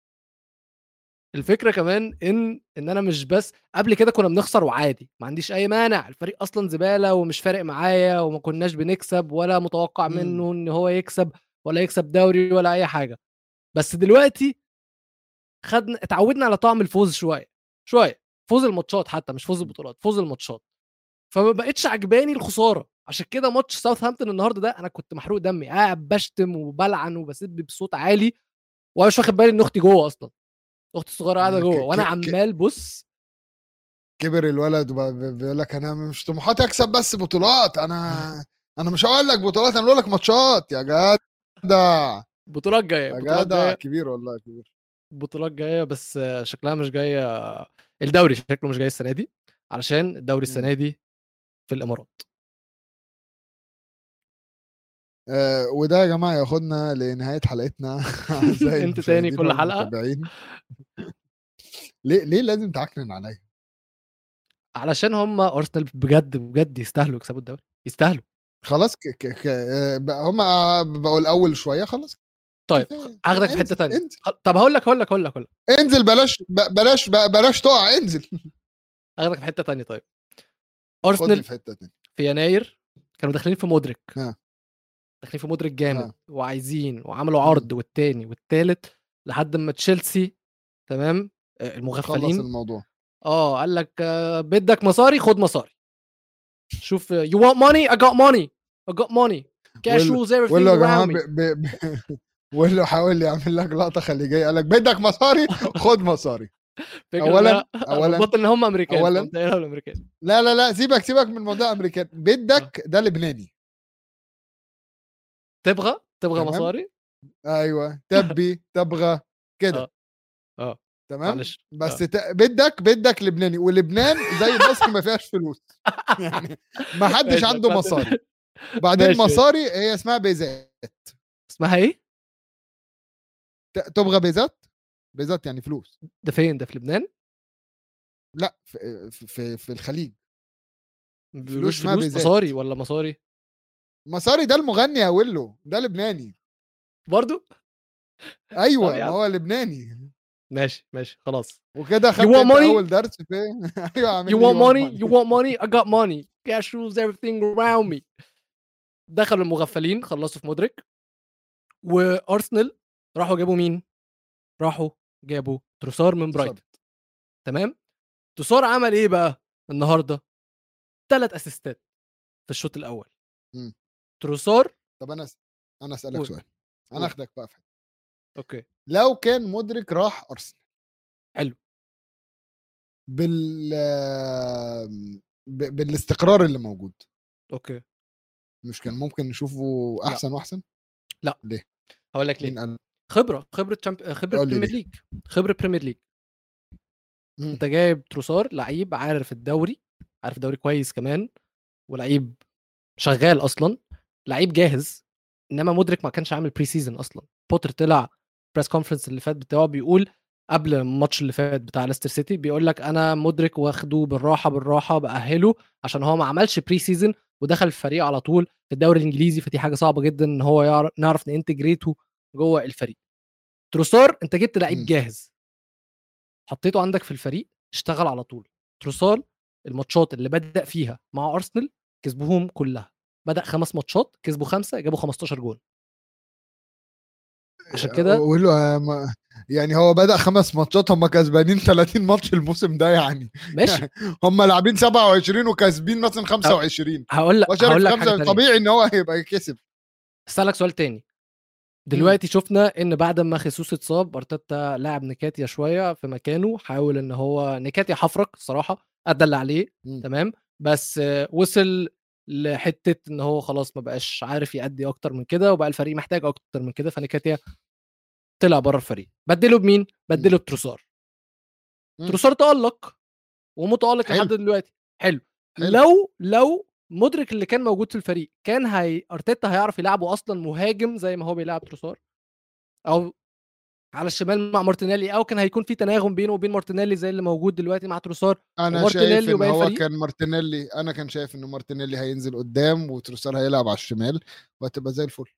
الفكره كمان ان انا مش بس قبل كده كنا بنخسر وعادي ما عنديش اي مانع، الفريق اصلا زباله ومش فارق معايا وما كناش بنكسب ولا متوقع منه ان هو يكسب ولا يكسب دوري ولا اي حاجه. بس دلوقتي اتعودنا على طعم الفوز شويه شويه. فوز الماتشات، حتى مش فوز البطولات، فوز الماتشات. فما بقتش عجباني الخساره. عشان كده ماتش ساوثهامبتون النهارده ده انا كنت محروق دمي، قاعد بشتم وبلعن وبسب بصوت عالي، وانا مش واخد بالي ان اختي جوه اصلا. اختي الصغيره قاعده جوه وانا عمال بص. كبر الولد وبيقول لك انا مش طموحاتي اكسب بس بطولات، انا مش هقول لك بطولات، انا هقول لك ماتشات يا جدع. بطولات جايه، يا بطولات جدع جايه، كبير والله كبير. بطولات جايه، بس شكلها مش جايه. الدوري شكله مش جاي السنه دي، علشان الدوري السنه دي في الامارات. وده يا جماعه ياخدنا لنهايه حلقتنا. اعزائي انت تاني المشاهدين كل حلقه، والمتابعين. ليه لازم تعكنن عليا؟ علشان هم ارسنال بجد بجد يستاهلوا يكسبوا الدوري، يستاهلوا. خلاص هم بقوا الاول شويه خلاص. طيب كفايه هاخدك في حته انزل تانية. انزل طب هقول لك انزل، بلاش تقع، انزل. هاخدك في حته تانية. طيب خدني ارسنال في حته تانية. في يناير كانوا داخلين في مودريك، ها داخلين في مودريك جامد ها وعايزين، وعملوا مم. عرض والتاني والتالت لحد ما تشيلسي، تمام، خلص المغفلين، الموضوع. قال لك بدك مصاري خد مصاري. شوف you want money I got money I got money cash rules وقول everything له يا جماعه around me. وقول له حاول يعمل لك لقطه خليجيه، قال لك بدك مصاري خد مصاري. فكرة ان اولا انا اولا ببطل ان هم امريكان، اولا فقمت قايلها بالامريكان. لا سيبك من موضوع امريكان. آه. بدك ده لبناني. تبغى تمام مصاري. ايوه تبغى كده. اه اه تمام معلش بس بدك لبناني، ولبنان زي مصر ما فيهاش فلوس. يعني ما حدش ماشي عنده مصاري. بعدين ماشي. مصاري هي اسمها بيزات. اسمها ايه؟ تبغى بيزات يعني فلوس. ده فين؟ ده في لبنان؟ لا في الخليج ما فلوس بيقولوش اسمها فلوس، بيزات. مصاري ولا مصاري مصاري ده المغني يا ويلو، ده لبناني. برضو؟ طب ايوه يا ما عم هو لبناني. ماشي خلاص. وكده you خدت want انت money اول درس في ايوه you اعمل لي want وان money ماني. you want money I got money cash rules everything around me. دخلوا المغفلين خلصوا في مودريك، وارسنال راحوا جابوا مين؟ راحوا جابوا تروسار من تصرف. برايتون. تمام. تروسار عمل ايه بقى النهارده؟ 3 اسيستات في الشوط الاول. مم. تروسار. طب انا اسالك قول سؤال. انا قول. اخدك بقى في حته. اوكي لو كان مدرك راح ارسنال حلو. بال بالاستقرار اللي موجود، اوكي مش كان ممكن نشوفه لا احسن واحسن؟ لا ليه؟ هقول لك ليه. مين قال؟ خبره قول لي بريمير ليه. ليج. خبره بريمير ليج. مم. انت جايب تروسار لعيب عارف الدوري، عارف الدوري كويس كمان، ولعيب شغال اصلا، لعيب جاهز. انما مدرك ما كانش عامل بري سيزون اصلا. بوتر طلع بريس كونفرنس اللي فات بتاعه بيقول قبل الماتش اللي فات بتاع ليستر سيتي، بيقول لك انا مدرك واخده بالراحه باهله عشان هو ما عملش بري سيزون ودخل الفريق على طول في الدوري الانجليزي، فدي حاجه صعبه جدا ان هو نعرف ننتجريته جوه الفريق. تروسار انت جبت لعيب مم. جاهز، حطيته عندك في الفريق، اشتغل على طول. تروسار الماتشات اللي بدأ فيها مع ارسنال كسبوهم كلها. بدأ 5 ماتشات كسبوا 5 جابوا 15 جول. عشان كده قول له يعني هو بدأ 5 ماتشات، هم كسبانين 30 ماتش الموسم ده يعني. ماشي. يعني هم لاعبين 27 وكاسبين مثلا ه- 25، وشارك هقول في لك حاجه 5، تانية. طبيعي ان هو هيبقى كسب. اسالك سؤال تاني. مم. دلوقتي شفنا ان بعد ما خيسوس اتصاب ارتيتا لاعب نكاتيا شويه في مكانه، حاول ان هو نكاتيا حفرك الصراحه، ادى اللي عليه. مم. تمام. بس وصل لحته ان هو خلاص ما بقاش عارف يأدي اكتر من كده، وبقى الفريق محتاج اكتر من كده، فنكاتيا طلع بره الفريق. بدله بمين؟ مم. بدله بتروسار. مم. تروسار تألق ومتألق لحد حلو دلوقتي. حلو. حلو. لو مدرك اللي كان موجود في الفريق كان ارتيتا هيعرف يلعبه اصلا مهاجم زي ما هو بيلعب تروسار، او على الشمال مع مارتينيلي، او كان هيكون في تناغم بينه وبين مارتينيلي زي اللي موجود دلوقتي مع تروسار انا شايف ومارتينيلي ان وباقي هو الفريق. كان مارتينيلي، انا كان شايف ان مارتينيلي هينزل قدام وتروسار هيلعب على الشمال وهتبقى زي الفل.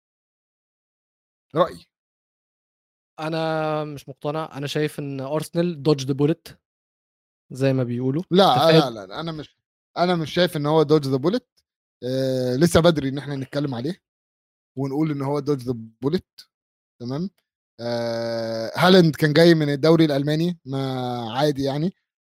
رأيي. انا مش مقتنع. انا شايف ان ارسنال دوج ذا بولت زي ما بيقولوا. لا انا مش شايف ان هو دوج ذا بوليت. لسه بدري ان احنا نتكلم عليه ونقول ان هو دوج ذا بوليت. تمام. هالاند كان جاي من الدوري الالماني، ما عادي يعني.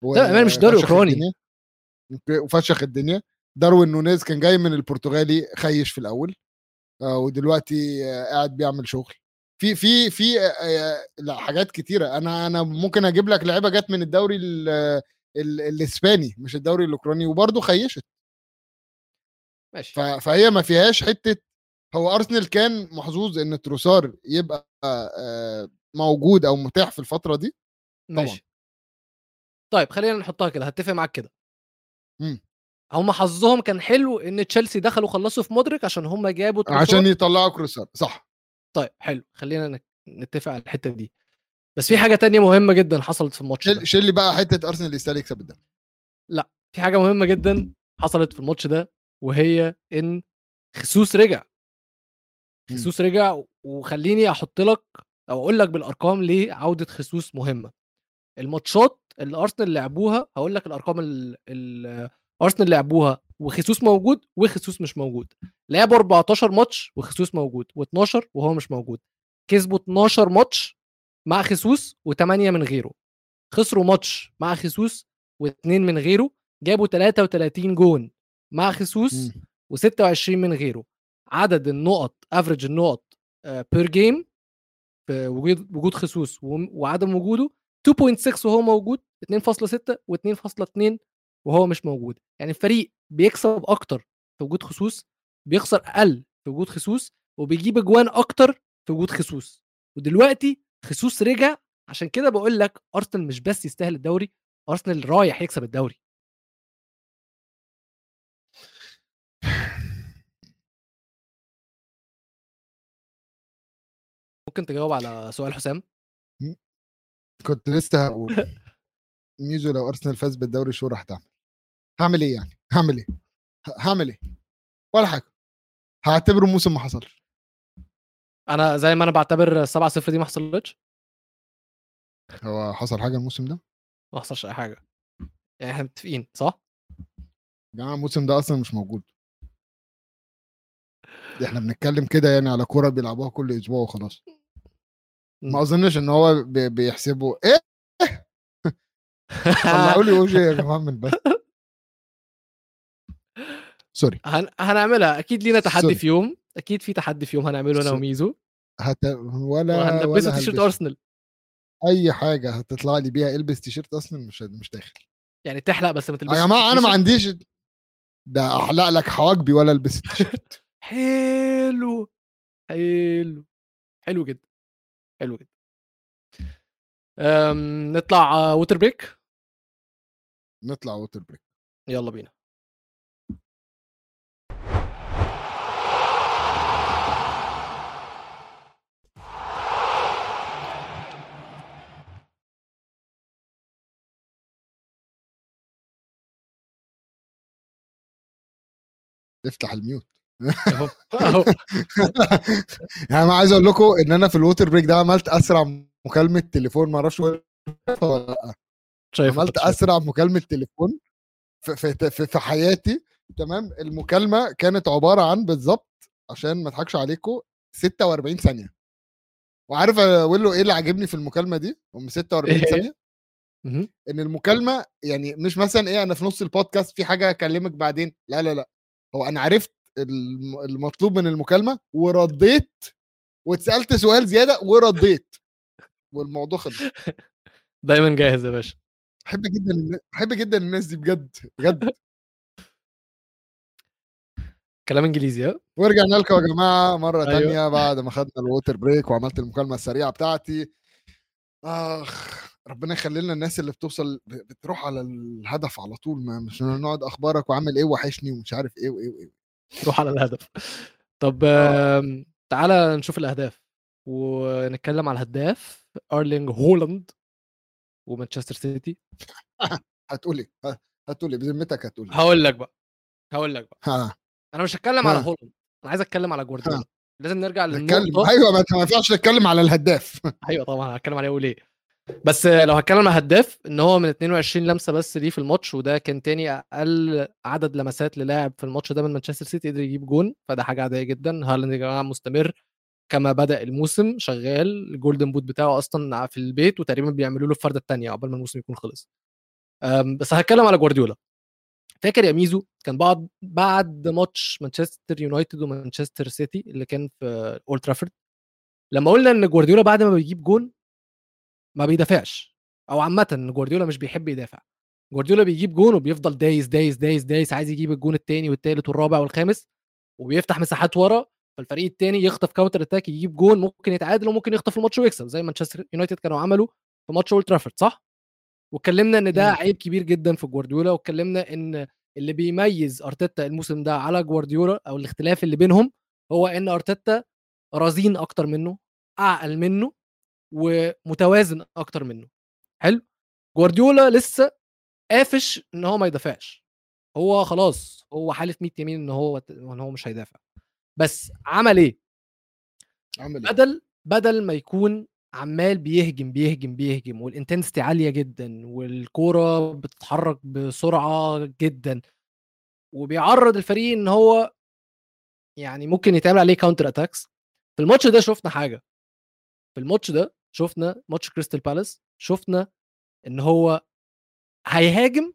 ده بامانه مش دوري وفشخ اوكراني. الدنيا. أوكي، وفشخ الدنيا. داروين نونيز كان جاي من البرتغالي، خيش في الاول، ودلوقتي قاعد بيعمل شغل في لا، حاجات كتيره. انا ممكن اجيب لك لعيبه جت من الدوري الاسباني مش الدوري الاوكراني وبرضه خيشت. ماشي فهي ما فيهاش حته. هو ارسنال كان محظوظ ان تروسار يبقى موجود او متاح في الفتره دي طبعا. ماشي. طيب خلينا نحطها كده، هتفق معاك كده. مم. هم حظهم كان حلو ان تشيلسي دخلوا خلصوا في مودريك عشان هم جابوا تروسار. عشان يطلعوا كروسار، صح. طيب حلو، خلينا نتفق على الحته دي. بس في حاجه تانية مهمه جدا حصلت في الماتش ده. شيل لي بقى حته ارسنال يستاهل يكسب الدوري. لا، في حاجه مهمه جدا حصلت في الماتش ده، وهي ان خيسوس رجع. خيسوس رجع، وخليني احط لك او اقول لك بالارقام ليه عوده خيسوس مهمه. الماتشات اللي ارسنال لعبوها، هقول لك الارقام ارسنال لعبوها وخيسوس موجود وخيسوس مش موجود. لعبوا 14 ماتش وخيسوس موجود، و12 وهو مش موجود. كسبوا 12 ماتش مع خيسوس و8 من غيره. خسروا ماتش مع خيسوس و2 من غيره. جابوا 33 جون مع خيسوس و26 من غيره. عدد النقط، افريج النقط بير جيم في وجود خيسوس وعدم وجوده 2.6 وهو موجود، 2.6 و2.2 وهو مش موجود. يعني الفريق بيكسب اكتر في وجود خيسوس، بيخسر اقل في وجود خيسوس، وبيجيب اجوان اكتر في وجود خيسوس. ودلوقتي خيسوس رجع. عشان كده بقول لك ارسنال مش بس يستاهل الدوري، ارسنال رايح يكسب الدوري. ممكن تجاوب على سؤال حسام؟ كنت لسه هقول ميزو لو ارسنال فاز بالدوري شو راح تعمل؟ هعمل ايه يعني؟ هعمل ايه؟ ولا حاجه. هعتبره موسم ما حصلش. انا زي ما انا بعتبر 7-0 دي ما حصلتش. هو حصل حاجه الموسم ده؟ ما حصلش اي حاجه. يعني احنا متفقين صح؟ يا جماعه الموسم ده اصلا مش موجود. احنا بنتكلم كده يعني على كوره بيلعبوها كل اسبوع وخلاص. ما اظنش ان هو بيحسبوا ايه. طلعوا لي اوجي يا جماعه من بس. سوري. هنعملها اكيد، لينا تحدي سوري. في يوم، اكيد في تحدي في يوم هنعمله انا وميزو، ولا وهنلبسه تيشيرت هلبسه. ارسنال. اي حاجه هتطلع لي بيها البس تيشيرت اصلا مش داخل. يعني تحلق بس ما يا تلبسش جماعه انا ما التيشيرت. عنديش. ده احلق لك حواجبي ولا البس التيشيرت. حلو حلو حلو جدا، حلو جدا. نطلع ووتر بريك. نطلع ووتر بريك. يلا بينا. افتح الميوت. اهو اهو. يعني انا عايز اقول لكم ان انا في الووتر بريك ده عملت اسرع مكالمه تليفون، ما اعرفش ولا لا. شايفه عملت كنت شايفه. اسرع مكالمه تليفون في حياتي. تمام. المكالمه كانت عباره عن بالظبط، عشان ما اضحكش عليكم، 46 ثانيه. وعارف اقول له ايه اللي عاجبني في المكالمه دي هم 46 ايه. ثانيه؟ ان المكالمه يعني مش مثلا ايه انا في نص البودكاست في حاجه اكلمك بعدين، لا لا لا. هو انا عرفت المطلوب من المكالمه ورديت، واتسالت سؤال زياده ورديت، والموضوع خلص. دايما جاهز يا باشا. بحب جدا الناس دي بجد بجد. كلام انجليزي ها. ورجعنا لكم يا جماعه مره ايوه. تانية بعد ما خدنا الووتر بريك وعملت المكالمه السريعه بتاعتي. ربنا يخلي لنا الناس اللي بتوصل بتروح على الهدف على طول، ما مش نقعد اخبارك وعامل ايه وحشني ومش عارف ايه وايه وايه. روح على الهدف. طب تعالى نشوف الاهداف ونتكلم على الهداف ارلينج هولاند ومانشستر سيتي. هتقولي هتقولي بذمتك هتقولي. هقول لك بقى ها انا مش هتكلم على ها هولاند، انا عايز اتكلم على ها جوارديولا. لازم نرجع نتكلم. للنقطه. ايوه ما ينفعش نتكلم على الهداف. ايوه طبعا هتكلم عليه وليه. بس لو هتكلم على هداف، ان هو من 22 لمسه بس ليه في الماتش، وده كان تاني اقل عدد لمسات للاعب في الماتش ده من مانشستر سيتي قدر يجيب جون، فده حاجه عاديه جدا. هالاند يا جماعه مستمر كما بدا الموسم، شغال. الجولدن بوت بتاعه اصلا في البيت، وتقريبا بيعملوا له الفرده الثانيه قبل ما الموسم يكون خلص. بس هاتكلم على جوارديولا. فاكر يا ميزو كان بعد ماتش مانشستر يونايتد ومانشستر سيتي اللي كان في اولد ترافورد، لما قلنا ان جوارديولا بعد ما بيجيب جون ما بيدافعش، او عامه ان جوارديولا مش بيحب يدافع. جوارديولا بيجيب جون وبيفضل دايس دايس دايس دايس، عايز يجيب الجون الثاني والثالث والرابع والخامس، وبيفتح مساحات ورا فالفريق الثاني يخطف كاونتر اتاك يجيب جون، ممكن يتعادل وممكن يخطف الماتش ويكسب زي مانشستر يونايتد كانوا عملوا في ماتش اولد ترافورد، صح؟ واتكلمنا ان ده عيب كبير جدا في جوارديولا، واتكلمنا ان اللي بيميز ارتيتا الموسم ده على جوارديولا او الاختلاف اللي بينهم هو ان ارتيتا رزين اكتر منه، اعقل منه، ومتوازن اكتر منه. حلو. جوارديولا لسه قافش ان هو ما يدافعش، هو خلاص هو حالف 100 يمين ان هو مش هيدافع. بس عمل ايه؟ عمل ايه؟ بدل ما يكون عمال بيهجم بيهجم بيهجم والانتنسيتي عاليه جدا والكوره بتتحرك بسرعه جدا وبيعرض الفريق ان هو يعني ممكن يتعمل عليه كاونتر اتاكس. في الماتش ده شفنا حاجه، في الماتش ده شفنا ماتش كريستال بالاس، شفنا ان هو هيهاجم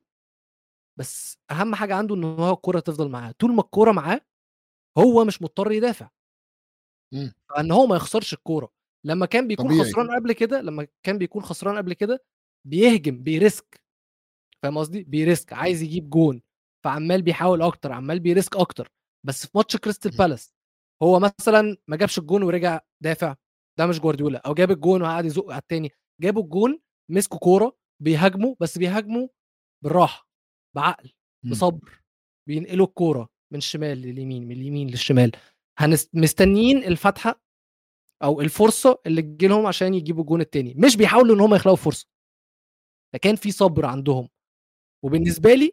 بس اهم حاجه عنده ان هو الكوره تفضل معاه، طول ما الكوره معاه هو مش مضطر يدافع، مم. فان هو ما يخسرش الكوره. لما كان بيكون طبيعي. خسران قبل كده، لما كان بيكون خسران قبل كده بيهجم بيريسك، فاهم قصدي؟ بيريسك عايز يجيب جون، فعمال بيحاول اكتر، عمال بيريسك اكتر. بس في ماتش كريستال مم. بالاس هو مثلا ما جابش الجون ورجع دافع، ده مش جوارديولا. او جاب الجون وقعد يزق على التاني، جابوا الجون مسكوا كوره بيهاجموا، بس بيهاجموا بالراحه، بعقل، مم. بصبر، بينقلوا الكوره من الشمال لليمين من اليمين للشمال، مستنيين الفتحه او الفرصه اللي تجي لهم عشان يجيبوا الجون التاني، مش بيحاولوا ان هم يخلقوا فرصه. فكان في صبر عندهم، وبالنسبه لي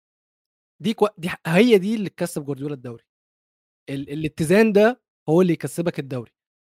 دي هي دي اللي تكسب جوارديولا الدوري. الاتزان ده هو اللي يكسبك الدوري.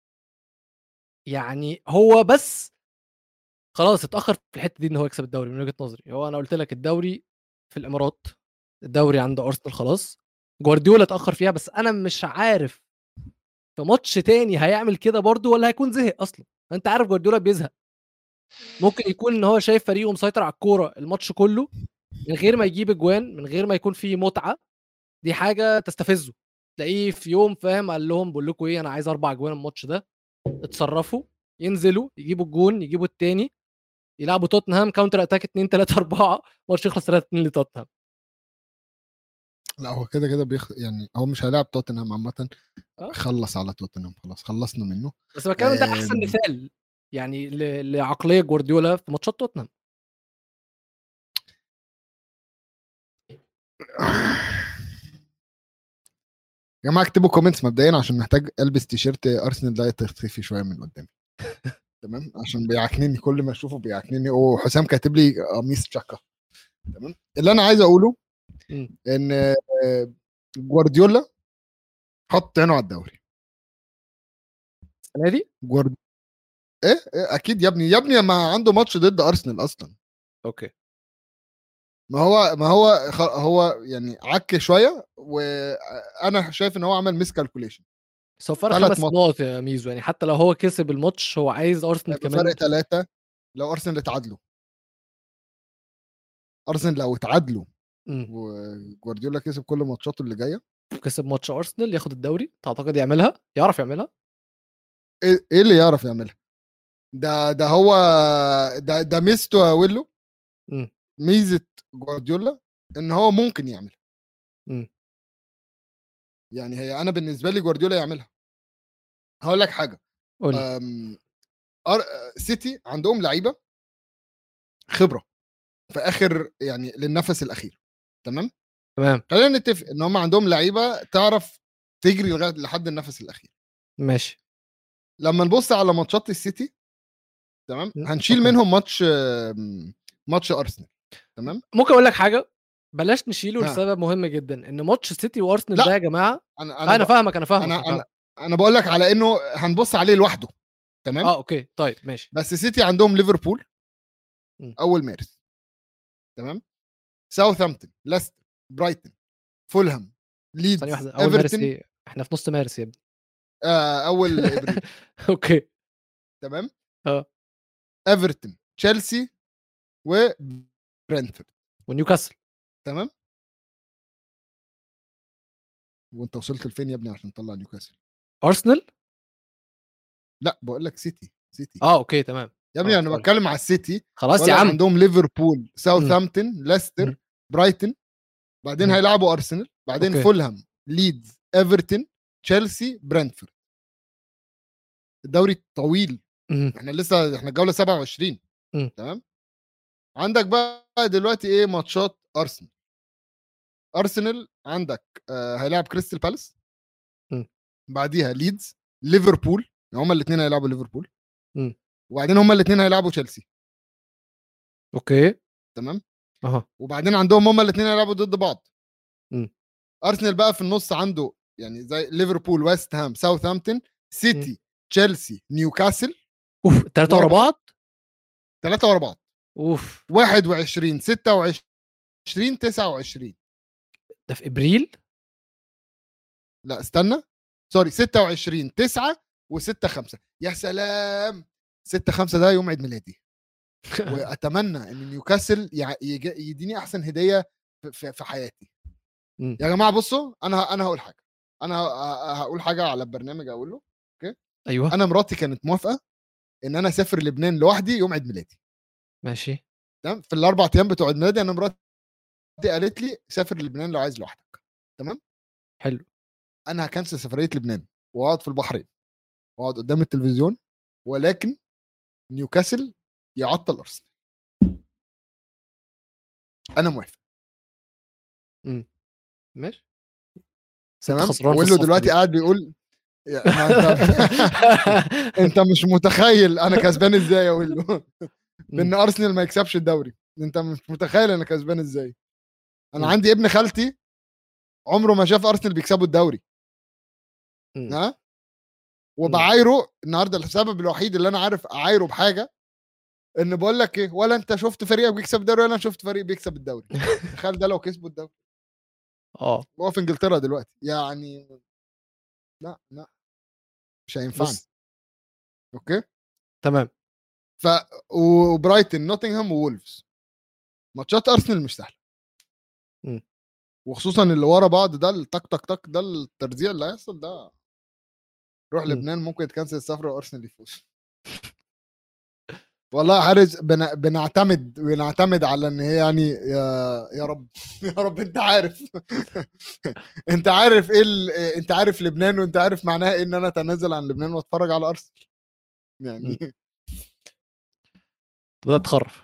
يعني هو بس خلاص اتاخر في الحته دي ان هو يكسب الدوري من وجهه نظري. هو انا قلت لك الدوري في الامارات، الدوري عند ارسنال خلاص، جوارديولا اتاخر فيها، بس انا مش عارف في ماتش تاني هيعمل كده برضو ولا هيكون زهق اصلا. انت عارف جوارديولا بيزهق، ممكن يكون ان هو شايف فريقه مسيطر على الكوره الماتش كله من غير ما يجيب اجوان، من غير ما يكون فيه متعه، دي حاجه تستفزه. تلاقيه في يوم فاهم قال لهم بقول لكم ايه، انا عايز 4 اجوان الماتش ده، اتصرفوا، ينزلوا يجيبوا الجون يجيبوا التاني، يلعبوا توتنهام كاونتر اتاك 2 3 4، ماتش يخلص 3-2 لتوتنهام. لا هو كده كده يعني هو مش هيلاعب توتنهام عامة. اه خلص على توتنهام، خلاص خلصنا منه. بس بتكلم ده احسن آم، مثال يعني لعقليه جوارديولا في ماتشات توتنهام. يا جماعه اكتبوا كومنتس مبدئيا عشان محتاج البس تيشيرت ارسنال ده تختفي شويه من قدامي. تمام، عشان بيعكنني كل ما اشوفه بيعكنني. وحسام كاتب لي قميص تشاكا. تمام، اللي انا عايز اقوله امم ان جوارديولا حط عينه على الدوري. السنه دي. جوارد إيه اكيد يا ابني، يا ابني ما عنده ماتش ضد ارسنال اصلا. اوكي ما هو يعني عك شويه، وانا شايف ان هو عمل ميس كالكوليشن. بس هو فرق 3 5 ماتش نقط يا ميزو، يعني حتى لو هو كسب الماتش هو عايز ارسنال هيبقى كمان فرق 3 لو ارسنال اتعادلوا. ارسنال لو اتعادلوا امم وجوارديولا كسب كل ماتشاته اللي جايه، كسب ماتش ارسنال ياخد الدوري، تعتقد يعملها؟ يعرف يعملها؟ ايه اللي يعرف يعملها؟ ده هو ده ميزته يا ويلو. امم ميزه جوارديولا ان هو ممكن يعملها. امم يعني هي انا بالنسبه لي جوارديولا يعملها. هقول لك حاجه. قول لي. أم... سيتي عندهم لعيبه خبره في اخر يعني للنفس الاخير. تمام، تمام خلينا نتفق ان هم عندهم لعيبه تعرف تجري لغايه لحد النفس الاخير. ماشي. لما نبص على ماتشات السيتي، تمام، هنشيل اوكي منهم ماتش ارسنال. تمام. ممكن اقول لك حاجه، بلاش نشيله ها، لسبب مهم جدا، ان ماتش سيتي وارسنال ده لا يا جماعه. انا انا انا ب... فاهمك انا فاهمك انا انا انا فاهمك. انا بقول لك على انه هنبص عليه لوحده. تمام. اوكي طيب ماشي. بس سيتي عندهم ليفربول مم. اول مارس. تمام. ساوثهامبتون، ليستر، برايتون، فولهام، ثانيه ليدز، واحده، اول مارس ايفرتون. ايه؟ احنا في نص مارس يا ابني. اول ابريل. اوكي تمام. اه ايفرتون، تشيلسي، برنتفورد. ونيوكاسل. تمام. وانت وصلت لفين يا ابني عشان تطلع نيوكاسل؟ ارسنال. لا بقول لك سيتي. اوكي تمام. يا ابني انا سوري. بتكلم على السيتي. خلاص بقول يا لك عم. عندهم ليفربول، ساوثهامبتون، ليستر، مم. برايتون، بعدين مم. هيلعبوا ارسنال، بعدين أوكي. فولهام، ليدز، ايفرتون، تشيلسي، برنتفورد. الدوري طويل. مم. احنا الجوله 27. مم. تمام. عندك بقى دلوقتي ايه ماتشات ارسنال عندك هيلعب كريستال بالاس، مم. بعديها ليدز، ليفربول، هما الاثنين هيلعبوا ليفربول، مم. وبعدين هما الاثنين هيلعبوا تشيلسي. اوكي. تمام. اها. وبعدين عندهم هما الاثنين هيلعبوا ضد بعض. مم. ارسنال بقى في النص عنده يعني زي ليفربول، ويست هام، ساوثهامبتون، سيتي، تشيلسي، نيوكاسل. اوف 3 ورا بعض. 3 ورا بعض. اوف 21 26 29. ده في ابريل. لا استنى، سوري، 26 9 و6 5. يا سلام، 6 5 ده يوم عيد ميلادي. واتمنى ان نيوكاسل يديني احسن هديه في حياتي. مم. يا جماعه بصوا، انا هقول حاجه. انا هقول حاجه على البرنامج اقول له اوكي. ايوه انا مراتي كانت موافقه ان انا اسافر لبنان لوحدي يوم عيد ميلادي. ماشي. تمام. في الاربع ايام بتوع عيد ميلادي انا مراتي قالت لي سافر لبنان لو عايز لوحدك. تمام. حلو. انا هكنسل سفريه لبنان واقعد في البحرين واقعد قدام التلفزيون، ولكن نيوكاسل يعطل ارسنال. انا موافق. ماشي. بس انت تمام. خسران في ويلو الصفقه دلوقتي دي. قاعد بيقول ما انت انت مش متخيل انا كسبان ازاي يا ويلو. بان ارسنال ما يكسبش الدوري. انت مش متخيل انا كسبان ازاي. انا عندي ابن خالتي عمره ما شاف ارسنال بيكسبوا الدوري. ها. وبعايره النهارده السبب الوحيد اللي انا عارف اعايره بحاجه ان بقول لك ايه، ولا انت شفت فريق بيكسب الدوري ولا انا شفت فريق بيكسب الدوري. تخيل ده لو كسبوا الدوري. هو في انجلترا دلوقتي يعني. لا مش هينفعني. بص. اوكي. تمام. ف وبرايتن، نوتنغهام، وولفز. ماتشات ارسنال مش سهله. مم. وخصوصا اللي ورا بعض ده التك تك تك ده الترزيع اللي هيحصل ده. روح مم. لبنان ممكن يتكنسل السفره وارسنال يفوز. والله حارس بنعتمد على ان هي يعني يا رب. يا رب انت عارف. انت عارف ايه انت عارف لبنان وانت عارف معناها ايه ان انا اتنازل عن لبنان واتفرج على ارسنال يعني. ده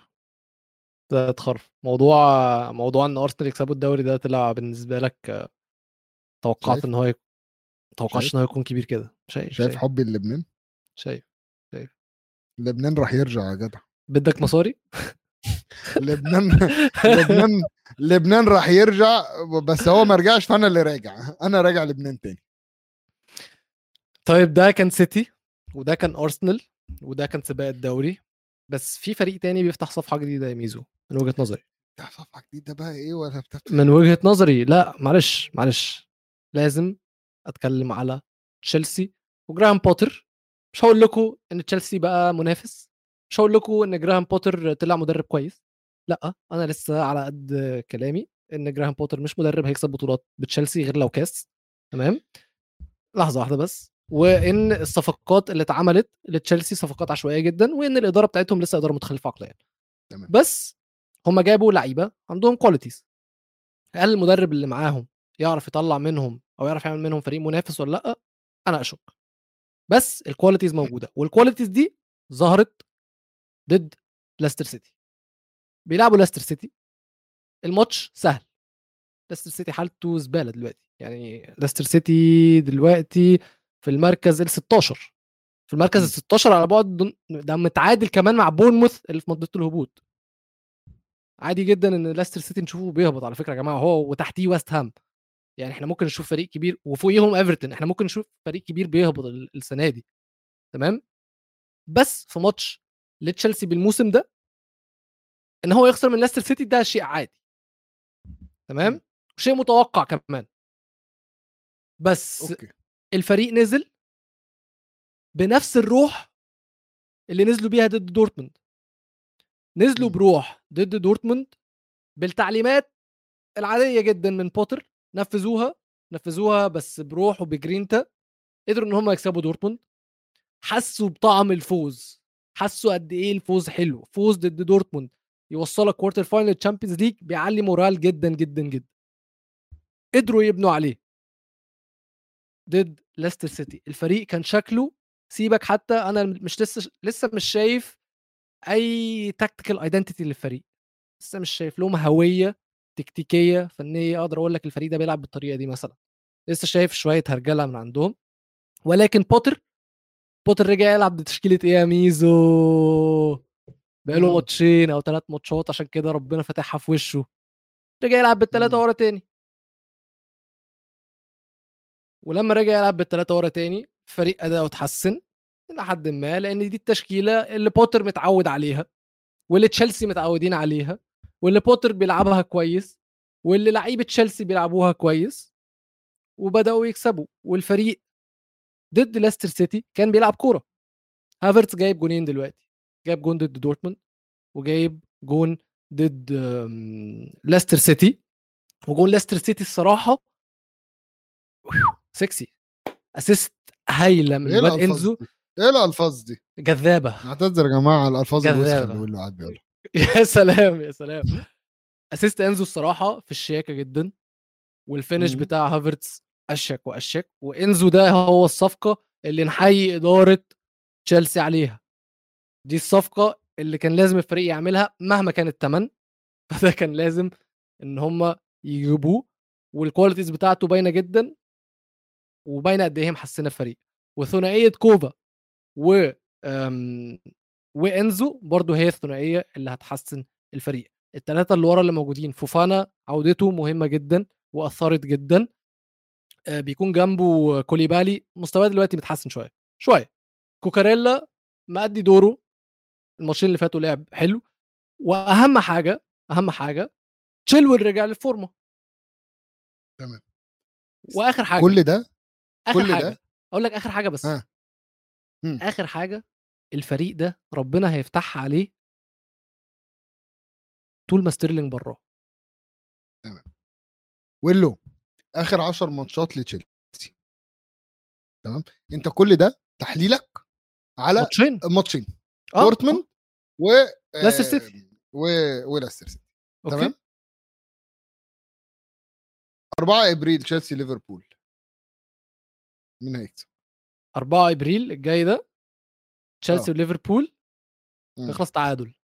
تخرف موضوع ان ارسنال يكسبوا الدوري ده طلع بالنسبه لك. توقعت شايف ان هو شايف توقعش ان هو يكون كبير كده. شايف حبي للبنان. شايف. لبنان راح يرجع يا جدع. بدك مصاري. لبنان لبنان لبنان راح يرجع. بس هو ما رجعش فانا اللي راجع. انا راجع لبنان تاني. طيب ده كان سيتي وده كان ارسنال وده كان سباق الدوري. بس في فريق تاني بيفتح صفحه جديده يا ميزو من وجهه نظري. صفحه جديده بقى ايه ولا من وجهه نظري لا معلش لازم اتكلم على تشيلسي وجراهام بوتر. مش هقول لكم ان تشيلسي بقى منافس. مش هقول لكم ان جراهام بوتر طلع مدرب كويس. لا انا لسه على قد كلامي ان جراهام بوتر مش مدرب هيكسب بطولات بتشيلسي غير لو كاس. تمام. لحظه واحده بس. وان الصفقات اللي اتعملت لتشيلسي صفقات عشوائيه جدا وان الاداره بتاعتهم لسه اداره متخلفه عقليا. تمام. بس هم جابوا لعيبه عندهم كواليتيز. هل المدرب اللي معاهم يعرف يطلع منهم او يعرف يعمل منهم فريق منافس ولا لا؟ انا اشك. بس الكواليتيز موجوده والكواليتيز دي ظهرت ضد لاستر سيتي. بيلعبوا لاستر سيتي. الماتش سهل. لاستر سيتي حالته زباله دلوقتي. يعني لاستر سيتي دلوقتي في المركز ال 16. في المركز ال 16 على بعد ده متعادل كمان مع بورنموث اللي في منطقه الهبوط. عادي جدا ان لاستر سيتي نشوفه بيهبط على فكره يا جماعه. هو وتحتيه ويست هام. يعني احنا ممكن نشوف فريق كبير وفوقيهم ايفرتون. احنا ممكن نشوف فريق كبير بيهبط السنه دي. تمام. بس في ماتش لتشيلسي بالموسم ده ان هو يخسر من لاستر سيتي ده شيء عادي. تمام. شيء متوقع كمان. بس اوكي. الفريق نزل بنفس الروح اللي نزلوا بيها ضد دورتموند. نزلوا بروح ضد دورتموند بالتعليمات العاديه جدا من بوتر، نفذوها بس بروح وبجرينتا. قدروا ان هم يكسبوا دورتموند، حسوا بطعم الفوز، حسوا قد ايه الفوز حلو. فوز ضد دورتموند يوصلك كوارتر فاينل تشامبيونز ليج، بيعلي مورال جدا جدا جدا. قدروا يبنوا عليه ضد ليستر سيتي. الفريق كان شكله، سيبك حتى انا مش لسه مش شايف اي تكتيكال ايدنتيتي للفريق، لسه مش شايف لهم هويه تكتيكيه فنيه اقدر اقول لك الفريق ده بيلعب بالطريقه دي مثلا. لسه شايف شويه هرجله من عندهم. ولكن بوتر رجع يلعب بتشكيله ايه يا ميزو؟ بقاله ماتشين او 3 ماتشات، عشان كده ربنا فاتحها في وشه. رجع يلعب بالثلاثه ورا تاني. ولما رجع يلعب بالثلاثه ورا تاني، فريق اداؤه اتحسن الى حد ما، لان دي التشكيله اللي بوتر متعود عليها، واللي تشيلسي متعودين عليها، واللي بوتر بيلعبها كويس، واللي لعيبه تشيلسي بيلعبوها كويس، وبداوا يكسبوا. والفريق ضد ليستر سيتي كان بيلعب كوره. هافرتس جايب جونين دلوقتي، جايب جون ضد دورتموند، وجايب جون ضد ليستر سيتي. وجون ليستر سيتي الصراحه سكسي، اسيست هايله من ايه الواد الالفاظ انزو. دي؟ ايه الالفاظ دي؟ جذابه نعتذر يا جماعه على الالفاظ الوسخه اللي جذابه. ويلو قاعد بيقولها. يا سلام يا سلام. اسيست انزو الصراحه في الشياكه جدا، والفينش مم. بتاع هافرتس اشك واشك. وانزو ده هو الصفقه اللي نحيي اداره تشيلسي عليها. دي الصفقه اللي كان لازم الفريق يعملها مهما كان الثمن. فده كان لازم ان هم يجيبوه، والكواليتيز بتاعته باينه جدا، وباينه قد ايه هي محسنه الفريق. وثنائيه كوفا و وانزو برضو هي الثنائيه اللي هتحسن الفريق. الثلاثه اللي ورا اللي موجودين، فوفانا عودته مهمه جدا واثرت جدا. بيكون جنبه كوليبالي، مستواه دلوقتي متحسن شويه. كوكاريلا مأدي دوره، الماتشين اللي فاتوا لعب حلو. واهم حاجه تشيلويل رجع للفورمه. تمام. واخر حاجه كل ده اخر كل حاجه ده اقول لك اخر حاجه بس. ها. مم. اخر حاجه، الفريق ده ربنا هيفتحها عليه طول ما ستيرلينج براه. تمام. ويلو اخر 10 ماتشات لتشيلسي. تمام. انت كل ده تحليلك على ماتشين دورتموند و ليستر سيتي. وليستر سيتي. اوكي. تمام. 4 ابريل تشيلسي ليفربول، مين هيكسب؟ 4 ابريل الجاي ده تشيلسي وليفربول يخلص تعادل.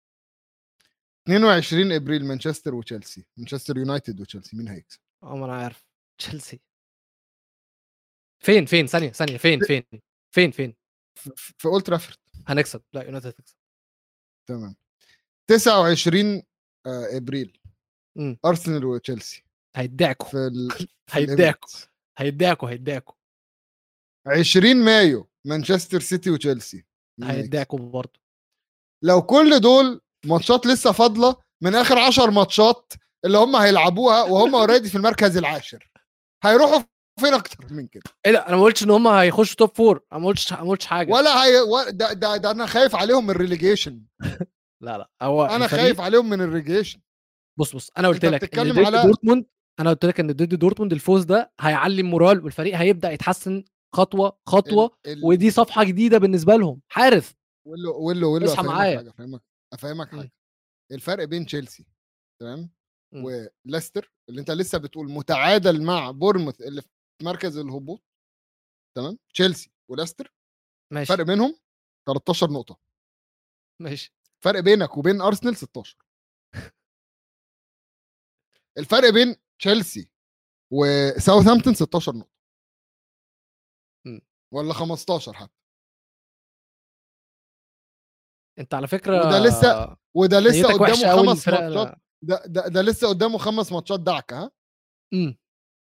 22 ابريل مانشستر وتشيلسي، مانشستر يونايتد وتشيلسي، مين هيكسب؟ ما انا عارف تشيلسي. فين ثانيه فين في اولد ترافورد. هنكسب. لا يونايتد هتكسب. تمام. 29 ابريل امم ارسنال وتشيلسي هيدعكوا في هيدعكوا الإيميريتس. هيدعكوا 20 مايو مانشستر سيتي وتشيلسي، مين هيكسب؟ هيدعكوا برضه. لو كل دول ماتشات لسه فاضله من اخر 10 ماتشات اللي هم هيلعبوها وهم اوريدي في المركز العاشر، هيروحوا فين اكتر من كده؟ ايه ده؟ انا ما قلتش ان هم هيخشوا توب فور. انا ما قلتش حاجه. ولا هي ده انا خايف عليهم من الريليجيشن. لا هو انا الفريق. خايف عليهم من الريليجيشن. بص انا قلت انت لك ان بتتكلم ضد على دورتموند. انا قلت لك ان ضد دورتموند الفوز ده هيعلي المورال، والفريق هيبدا يتحسن خطوه ال... خطوه. ال... ودي صفحه جديده بالنسبه لهم. حارث ويلو اصحى افهمك معايا. حاجه، افهمك م. حاجه. الفرق بين تشيلسي، تمام، م. وليستر اللي انت لسه بتقول متعادل مع بورموث اللي في مركز الهبوط، تمام، تشيلسي وليستر ماشي فرق بينهم 13 نقطه. ماشي. فرق بينك وبين ارسنال 16. الفرق بين تشيلسي وساوثهامبتون 16 نقطه م. ولا 15 حتى. انت على فكره وده لسه نيتك قدامه وحشه قوي 5 الفرق. ماتشات. ده لسه قدامه 5 ماتشات دعكه، ها. امم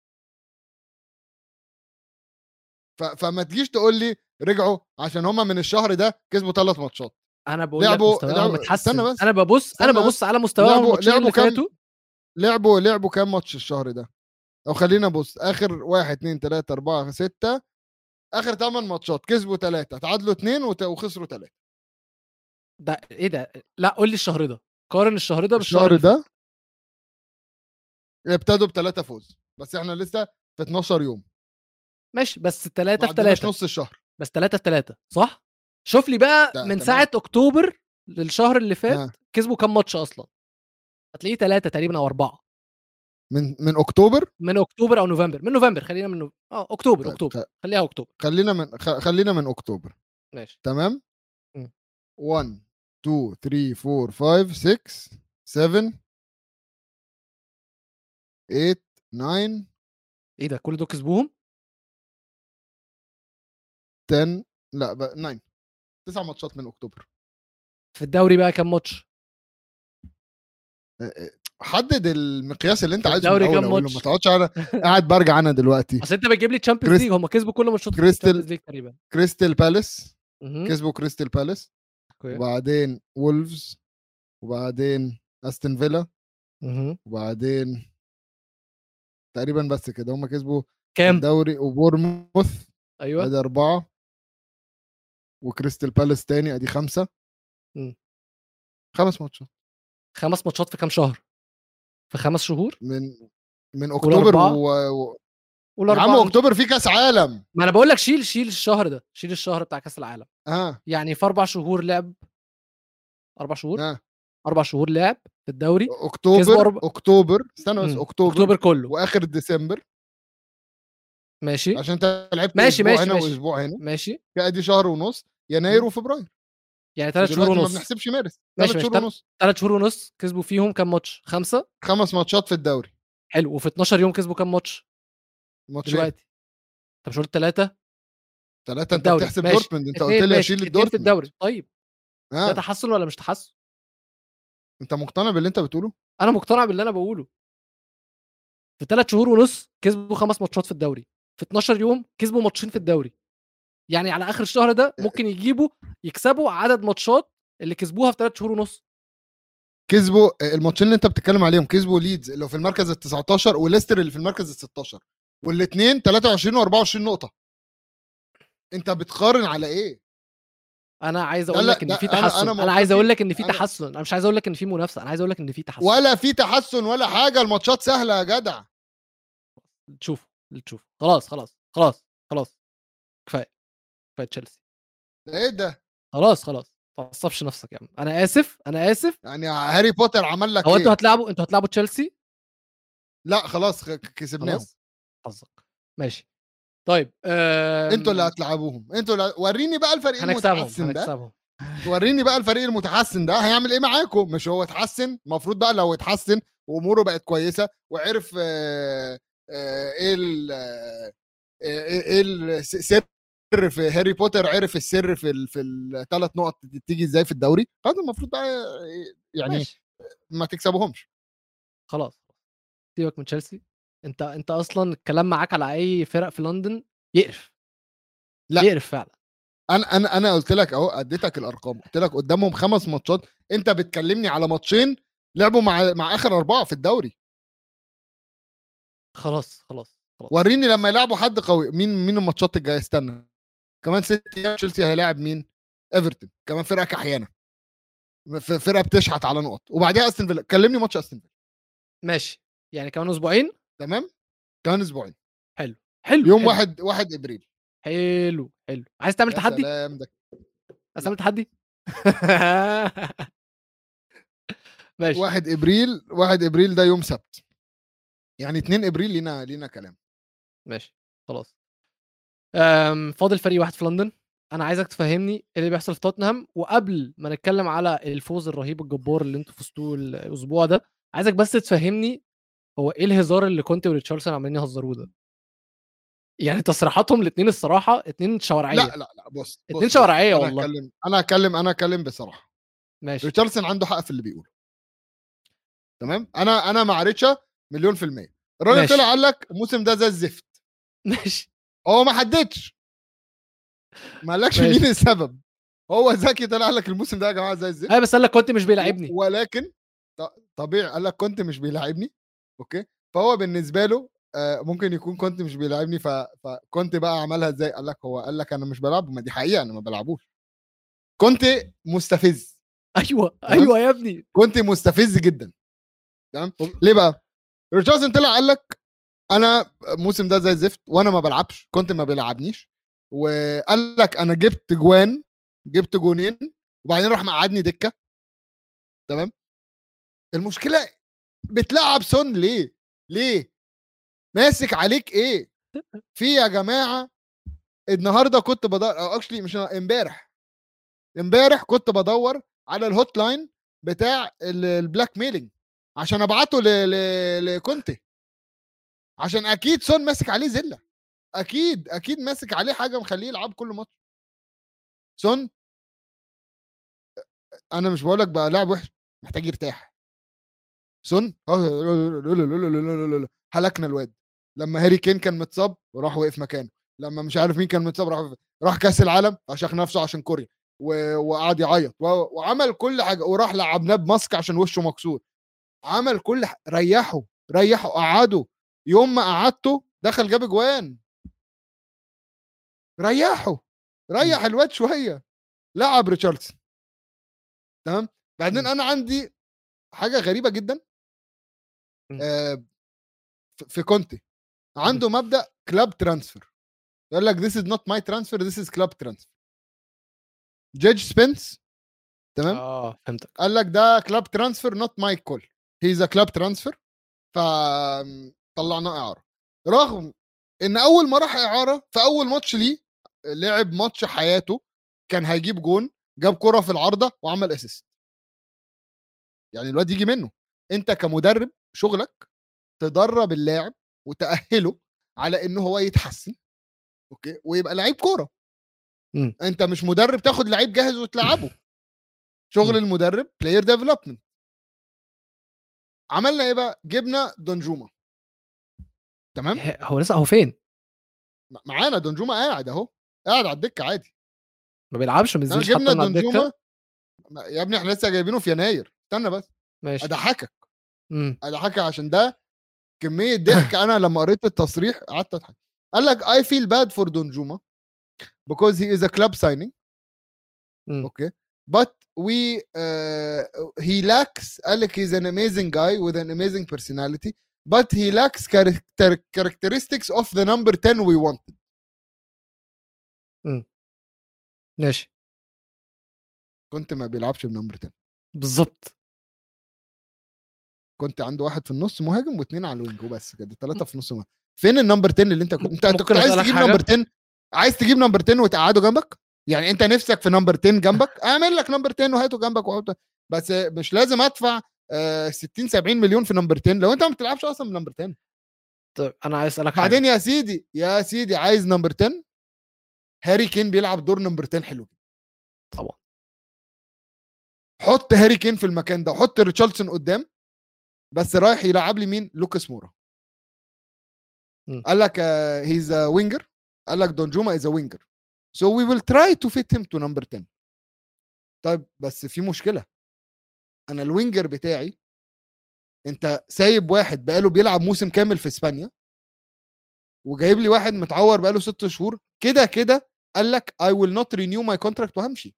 فما تجيش تقول لي رجعوا عشان هم من الشهر ده كسبوا 3 ماتشات. انا بقول لك مستواهم استنى متحسن. بس. انا ببص على مستواهم الماتشين اللي فاتوا. لعبوا كام ماتش الشهر ده؟ او خلينا بص، اخر 1 2 3 4 6، اخر 8 ماتشات كسبوا 3 تعادلوا 2 وخسروا 3. ده ايه ده؟ لا قول لي الشهر ده، قارن الشهر ده بالشهر الشهر اللي فات. ده ابتدوا ب3 فوز بس احنا لسه في 12 يوم ماشي بس 3 ما في عدناش 3 نص الشهر. بس 3 في 3 صح. شوف لي بقى من تمام. ساعه اكتوبر للشهر اللي فات ها. كسبوا كام ماتش اصلا؟ هتلاقيه 3 تقريبا او 4 من اكتوبر. من اكتوبر او نوفمبر. من نوفمبر خلينا من اكتوبر. طيب اكتوبر خليها اكتوبر. خلينا من اكتوبر. ماشي. تمام. مم. 1 2 3 4 5 6 7 8 9 ايه ده كل دول كسبوهم؟ 10 لا 9 9 ماتشات من اكتوبر. في الدوري بقى كام ماتش؟ حدد المقياس اللي انت في عايزه من الدوري الاول كام اقول له، ما ماتش؟ تقعدش انا قاعد برجع انا دلوقتي. اصل انت بتجيب لي تشامبيونز ليج، هم كسبوا كل ماتشات كريستال الشامبيونز ليج تقريبا. كريستال بالاس مهم. كسبوا كريستال بالاس اوكي. وبعدين وولفز وبعدين استون فيلا مهم. وبعدين تقريبا بس كده هم كسبوا كام؟ الدوري. وبورموث ايوه. ادي 4 وكريستال بالاس تاني ادي 5. مم. 5 ماتشات 5 ماتشات في كام شهر؟ في 5 شهور. من اكتوبر والاربعه يا عم والاربعه اكتوبر فيه كاس عالم. ما انا بقول لك شيل الشهر ده، شيل الشهر بتاع كاس العالم. اه يعني في 4 شهور لعب. 4 شهور. اه 4 شهور لعب في الدوري. كسبوا اكتوبر استنى بس اكتوبر كله. واخر ديسمبر ماشي عشان انت لعبت ماشي اسبوع ماشي هنا ماشي واسبوع هنا ماشي. ادي شهر ونص يناير وفبراير. يعني 3 شهور ودلوقتي ما ونص. بنحسبش مارس. ماشي 3 ماشي شهور ونص. 3 شهور ونص كسبوا فيهم كام ماتش؟ 5. 5 ماتشات في الدوري. حلو. وفي 12 يوم كسبوا كام ماتش ماتشين. دلوقتي؟ انت مش قلت 3 3 انت الدوري؟ بتحسب ماشي. دورتموند، انت قلت 2 لي ماشي. اشيل 2 في الدورتموند. الدوري. طيب ده تحسن ولا مش تحسن؟ انت مقتنع باللي انت بتقوله؟ انا مقتنع باللي انا بقوله. في 3 شهور ونص كسبوا 5 ماتشات في الدوري. في 12 يوم كسبوا ماتشين في الدوري. يعني على اخر الشهر ده ممكن يكسبوا عدد ماتشات اللي كسبوها في 3 شهور ونص. كسبوا الماتشين اللي انت بتتكلم عليهم، كسبوا ليدز اللي في المركز ال 19 وليستر اللي في المركز ال 16 والاثنين 23 و24 نقطة. انت بتقارن على ايه؟ انا عايز اقول لك ان في تحسن. انا انا عايز اقول لك ان في تحسن. انا مش عايز اقول لك ان في منافسه. انا عايز اقول لك ان في تحسن. ولا في تحسن ولا حاجة. الماتشات سهلة يا جدع. تشوف خلاص كفايه تشيلسي. ايه ده؟ خلاص ما تعصبش نفسك يا عم. انا اسف يعني هاري بوتر عمل لك هو ايه؟ انتوا هتلعبوا تشيلسي؟ لا خلاص كسبناهم. خلاص حظك. ماشي. طيب انتوا اللي هتلعبوهم. انتوا اللي... وريني بقى الفريق المتحسن ده. وريني بقى الفريق المتحسن ده هيعمل ايه معاكم. مش هو اتحسن؟ المفروض بقى لو اتحسن واموره بقت كويسه وعرف ايه السر في هاري بوتر، عرف السر في ال3 نقط تيجي ازاي في الدوري. هذا المفروض بقى يعني ماشي. ما تكسبوهمش. خلاص سيبك من تشيلسي. انت اصلا الكلام معاك على اي فرق في لندن يقرف. لا يقرف فعلا. انا قلت لك اهو، اديتك الارقام، قلت لك قدامهم 5 ماتشات. انت بتكلمني على ماتشين لعبوا مع اخر 4 في الدوري. خلاص وريني لما يلعبوا حد قوي. مين الماتشات الجايه؟ استنى كمان 6 ايام تشيلسي هيلاعب مين؟ ايفرتون، كمان فرقه كحيانه، فرقه بتشحت على نقط. وبعديها استون فيلا. كلمني ماتش استون فيلا. ماشي. يعني كمان اسبوعين. تمام كمان اسبوعين. حلو يوم حلو 1 ابريل. حلو عايز تعمل يا تحدي؟ سلام ده. عايز تعمل تحدي؟ ماشي. 1 ابريل ده يوم سبت. يعني 2 ابريل لينا كلام. ماشي خلاص. فاضل فريق واحد في لندن. انا عايزك تفهمني ايه اللي بيحصل في توتنهام. وقبل ما نتكلم على الفوز الرهيب الجبار اللي انتوا فزتوه الاسبوع ده، عايزك بس تفهمني هو ايه الهزار اللي كنت وريتشاردسون عمالين يهزروه ده. يعني تصريحاتهم الاثنين الصراحه 2 شوارعيه. لا بص 2 شوارعيه انا والله. هتكلم بصراحه. ماشي. ريتشاردسون عنده حق في اللي بيقوله. تمام. انا مع ريتشا مليون في المية. الراجل طلع قال لك الموسم ده زي الزفت. ماشي. هو ما حددش، ما قالكش مين السبب. هو ذكي طلع قال لك الموسم ده يا جماعه زي الزفت. بس قال لك كنت مش بيلاعبني. ولكن طبيعي قال لك كنت مش بيلاعبني. اوكي. فهو بالنسبه له ممكن يكون كنت مش بيلاعبني. فكنت بقى عملها ازاي؟ قال لك هو قال لك انا مش بلعب. ما دي حقيقه انا ما بلعبوش. كنت مستفز. ايوه يا ابني. كنت مستفز جدا. تمام. ليه بقى؟ ريتشاردسون طلع قال لك انا الموسم ده زي الزفت وانا ما بلعبش، كنت ما بيلعبنيش، وقال لك انا جبت جونين وبعدين راح مقعدني دكه. تمام. المشكله بتلعب سون ليه ماسك عليك ايه في يا جماعه؟ النهارده كنت بدور اكشلي مش امبارح كنت بدور على الهوت لاين بتاع البلاك ميلينج عشان ابعته لكونتي، عشان اكيد سون ماسك عليه زله، اكيد ماسك عليه حاجه مخليه يلعب كل ماتش. سون انا مش بقول لك بقى لاعب وحش، محتاج يرتاح. سون هلكنا الواد. لما هاري كين كان متصاب وراح وقف مكانه، لما مش عارف مين كان متصاب راح كاس العالم عشان نفسه عشان كوريا وقعد يعيط وعمل كل حاجه، وراح لعبناه بماسك عشان وشه مكسور، عمل كل حاجه. ريحه قعده. يوم ما قعدته دخل جاب اجوان. ريح الواد شويه. لعب ريتشاردسون. تمام. بعدين انا عندي حاجه غريبه جدا في كونتي. عنده مبدا كلاب ترانسفير، يقول لك this is not my transfer, this is club transfer. جيج سبنس تمام فهمتك. قال لك ده كلاب ترانسفير not my call, he's a club transfer. فطلعناه اعاره، رغم ان اول ما راح اعاره في اول ماتش ليه لعب ماتش حياته، كان هيجيب جون، جاب كرة في العارضة وعمل اسيست. يعني الواد يجي منه. انت كمدرب شغلك تدرب اللاعب وتأهله على انه هو يتحسن، اوكي، ويبقى لعيب كوره. انت مش مدرب تاخد لعيب جاهز وتلعبه. شغل المدرب بلاير ديفلوبمنت. عملنا ايه بقى؟ جبنا دونجوما. تمام. هو لسه هو فين؟ معانا دونجوما قاعد اهو، قاعد على الدكه عادي، ما بيلعبش، ما نزلش حتى جبنا من على الدكه. دونجوما. يا ابني احنا لسه جايبينه في يناير، استنى بس. ماشي. اضحكك عشان ده كميه ضحك. انا لما قريت التصريح قعدت اضحك. قال لك I feel bad for دونجوما because he is a club signing. okay, but he lacks, قال لك he's an amazing guy with an amazing personality, but he lacks characteristics of the number 10 we wanted. ماشي. كنت ما بيلعبش بنمبر 10 بالظبط. كنت عنده واحد في النص مهاجم واثنين على الوينج وبس كده، ثلاثه في نص مهاجم. فين النمبر 10 اللي انت كنت عايز تجيب نمبر 10؟ عايز تجيب نمبر 10 وتقعده جنبك؟ يعني انت نفسك في نمبر 10 جنبك؟ اعمل لك نمبر 10 وهاته جنبك وحطه. بس مش لازم ادفع 60 70 مليون في نمبر 10 لو انت ما بتلعبش اصلا بنمبر 10. طيب انا عايز اسالك بعدين يا سيدي عايز نمبر 10. هاري كين بيلعب دور نمبر 10 حلو طبعا. حط هاري كين في المكان ده، وحط ريتشاردسون قدام، بس رايح يلعب لي مين؟ لوكاس مورا. قال لك هيز ا وينجر. قال لك دونجوما از ا وينجر so we will try to fit him to number 10. طيب بس في مشكله. انا الوينجر بتاعي انت سايب واحد بقاله بيلعب موسم كامل في اسبانيا، وجايب لي واحد متعور بقاله 6 شهور كده. قال لك I will not renew my contract وهمشي.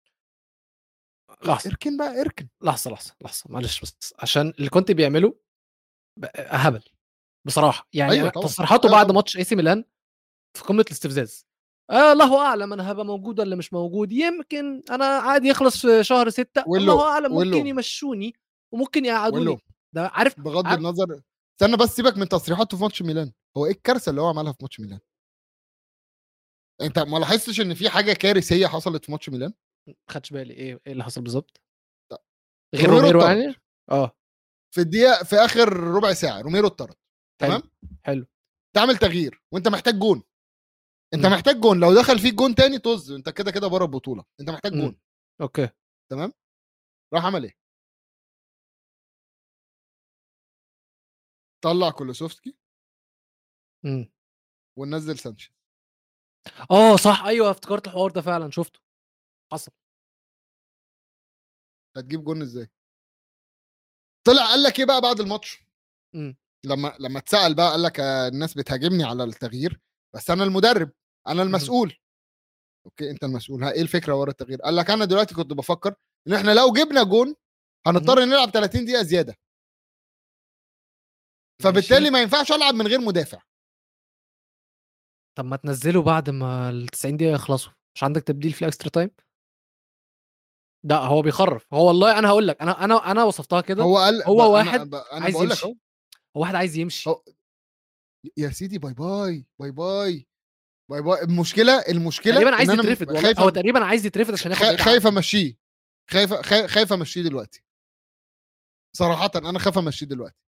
لحظه اركن بقى اركن. لحظه معلش، بس عشان اللي كنت بيعمله هبل بصراحه. يعني أيوة تصريحاته بعد ماتش اي سي ميلان في قمه الاستفزاز. الله اعلم انا هبقى موجود ولا مش موجود، يمكن انا عادي يخلص في شهر 6، الله اعلم، ممكن يمشوني وممكن يقعدوني. ده عارف بغض النظر. استنى بس سيبك من تصريحاته في ماتش ميلان. هو ايه الكارثه اللي هو عملها في ماتش ميلان؟ انت ما لاحظتش ان في حاجه كارثيه حصلت في ماتش ميلان؟ خدش بالي ايه اللي حصل بالظبط غير روميرو يعني. في الدقيقه في اخر ربع ساعه روميرو اتطرد. تمام. حلو. تعمل تغيير وانت محتاج جون. انت محتاج جون، لو دخل فيك جون تاني طز، انت كده بره البطوله. انت محتاج جون. اوكي تمام. راح عمل ايه؟ طلع كولوسوفسكي وننزل سانشيز. صح، ايوه افتكرت الحوار ده فعلا، شفته حصل. هتجيب جون ازاي؟ طلع قال لك ايه بقى بعد الماتش؟ لما اتسال بقى قال لك الناس بتهاجمني على التغيير، بس انا المدرب، انا المسؤول. اوكي انت المسؤول. ايه الفكره ورا التغيير؟ قال لك انا دلوقتي كنت بفكر ان احنا لو جبنا جون هنضطر نلعب 30 دقيقه زياده. فبالتالي ما ينفعش العب من غير مدافع. طب ما تنزله بعد ما ال 90 دقيقه يخلصوا، مش عندك تبديل في الاكسترا تايم؟ ده هو بيخرف، هو والله انا هقول لك، انا وصفتها كده. هو قال هو واحد انا عايز بقول لك يمشي، هو واحد عايز يمشي. هو يا سيدي باي باي باي باي باي باي. المشكله تقريبا عايز ان انا يترفد، والله خايف هو تقريبا عايز يترفد عشان ياخد عقد. خايف امشيه، خايف امشيه دلوقتي صراحه. انا خايف امشيه دلوقتي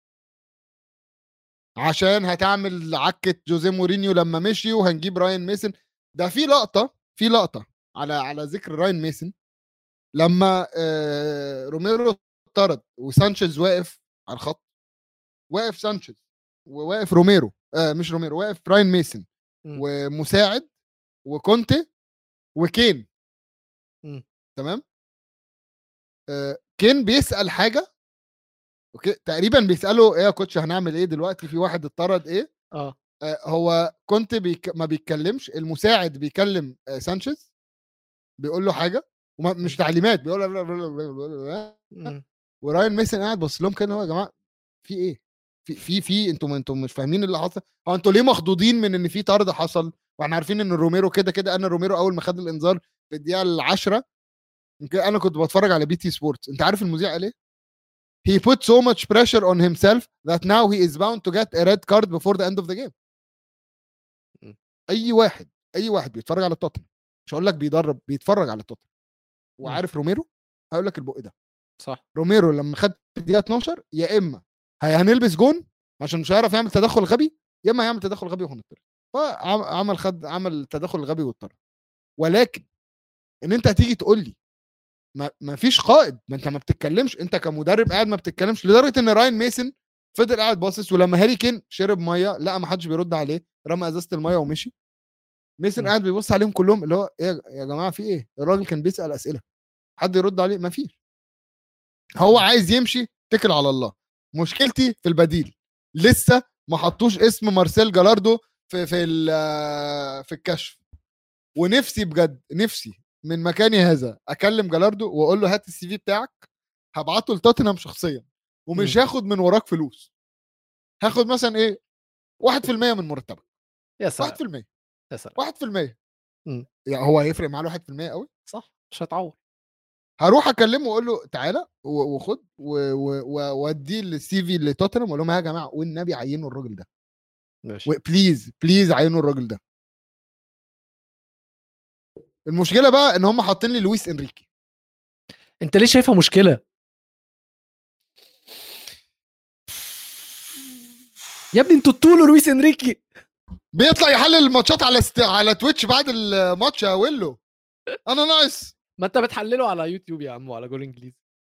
عشان هتعمل عكه جوزيه مورينيو لما مشي، وهنجيب راين ميسن. ده في لقطه على ذكر راين ميسن، لما روميرو اتطرد وسانشيز واقف على الخط، واقف سانشيز وواقف روميرو، مش روميرو، واقف راين ميسن ومساعد وكونتي وكين. تمام. كين بيسأل حاجة، اوكي تقريبا بيسأله ايه يا كوتش هنعمل ايه دلوقتي، في واحد اتطرد ايه. هو كونتي ما بيتكلمش، المساعد بيكلم سانشيز بيقول له حاجة ومش تعليمات، بيقول وراين ميسن قاعد بص لهم كده، هو يا جماعة في ايه، في انتم مش فاهمين اللي حصل. هو انتوا ليه مخضوضين من ان في طرد حصل، واحنا عارفين ان روميرو كده انا روميرو اول ما خد الانذار في الدقيقه ال10، يمكن انا كنت بتفرج على بي تي سبورتس، انت عارف المذيع قال ايه؟ he put so much pressure on himself that now he is bound to get a red card before the end of the game. اي واحد بيتفرج على توتنهام، مش هقول لك بيدرب، بيتفرج على توتنهام وعارف روميرو، هقول لك البق ده صح. روميرو لما خد الدقيقه 12 يا اما هنلبس جون عشان مش هيعرف يعمل تدخل غبي، يا اما هيعمل تدخل غبي وهنطرد. عمل تدخل غبي واتطرد. ولكن ان انت هتيجي تقول لي ما فيش قائد، ما انت ما بتتكلمش، انت كمدرب قاعد ما بتتكلمش، لدرجه ان راين ميسن فضل قاعد باصص، ولما هاري كين شرب ميه لا ما حدش بيرد عليه، رمى ازازه الميه ومشي، ميسن قاعد بيبص عليهم كلهم اللي هو ايه يا جماعه في ايه، الراجل كان بيسال اسئله حد يرد عليه؟ ما فيش. هو عايز يمشي، اتكل على الله. مشكلتي في البديل، لسه ما حطوش اسم مارسيل جالاردو في الكشف، ونفسي بجد نفسي من مكاني هذا اكلم جالاردو واقول له هات السي في بتاعك، هبعته لتوتنهام شخصيا ومش هاخد من وراك فلوس، هاخد مثلا ايه 1% من مرتبك. يا سلام 1%، يا سلام 1%. يعني هو هيفرق معاه 1% قوي؟ صح، مش هتعور. هروح اكلمه واقول له تعالى وخد واديه السي في لتوتنهام واقول لهم يا جماعه والنبي عينوا الراجل ده ماشي، بليز عينوا الراجل ده. المشكله بقى ان هم حاطين لي لويس انريكي. انت ليه شايفها مشكله يا ابني؟ انتوا طول لويس انريكي بيطلع يحلل الماتشات على تويتش بعد الماتش يا ويلو، انا ناقص. ما انت بتحلله على يوتيوب يا عم وعلى جول انجليزي.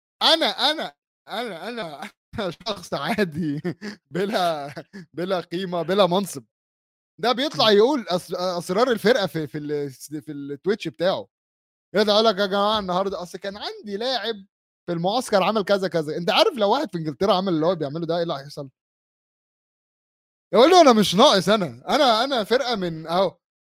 انا شخص عادي بلا قيمه بلا منصب، ده بيطلع يقول اسرار الفرقه في التويتش بتاعه، يطلع يقول لك يا جماعه النهارده اصل كان عندي لاعب في المعسكر عمل كذا كذا. انت عارف لو واحد في انجلترا عمل اللي هو بيعمله ده ايه اللي هيحصل؟ يقول له انا مش ناقص، انا فرقه من اهو.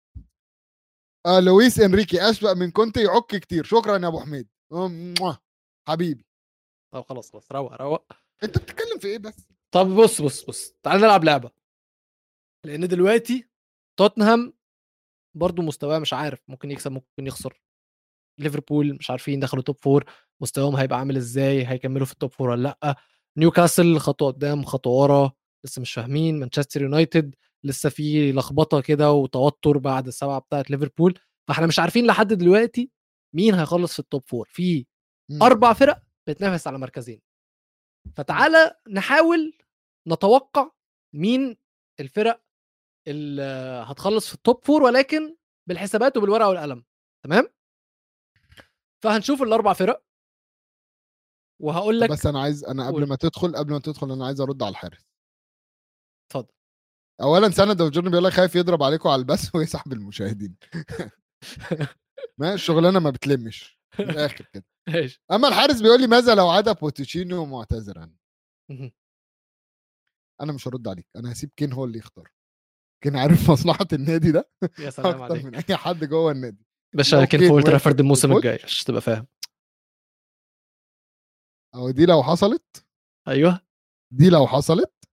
لويس انريكي اسبق من كونتي، يعك كتير، شكرا يا ابو حميد حبيبي. طب خلاص روق. انت بتتكلم في ايه بس؟ طب بص تعال نلعب لعبه، لان دلوقتي توتنهام برضو مستواه مش عارف، ممكن يكسب ممكن يخسر. ليفربول مش عارفين دخلوا توب فور، مستواهم هيبقى عامل ازاي، هيكملوا في التوب فور ولا لا. نيوكاسل خطوه قدام خطوه ورا، لسه مش فاهمين. مانشستر يونايتد لسه في لخبطه كده وتوتر بعد السبعه بتاعه ليفربول، فاحنا مش عارفين لحد دلوقتي مين هيخلص في التوب فور. في 4 فرق بتنافس على مركزين، فتعالى نحاول نتوقع مين الفرق اللي هتخلص في التوب فور، ولكن بالحسابات وبالورقه والقلم. تمام، فهنشوف ال4 فرق وهقول لك. بس انا قبل ما تدخل انا عايز ارد على الحارس. اتفضل. اولا سند جورن بيقول لك خايف يضرب عليكم على البث ويسحب المشاهدين. ما الشغلانه ما بتلمش من الاخر كده. اما الحارس بيقول لي ماذا لو عاد بوتشينو معتذرا؟ انا مش هرد عليك، انا هسيب كين هو اللي يختار. كين عارف مصلحه النادي ده يا سلام اكتر عليك من اي حد جوه النادي. باشا. كين في اولد ترافورد الموسم الجاي عشان تبقى فاهم. او دي لو حصلت، ايوه دي لو حصلت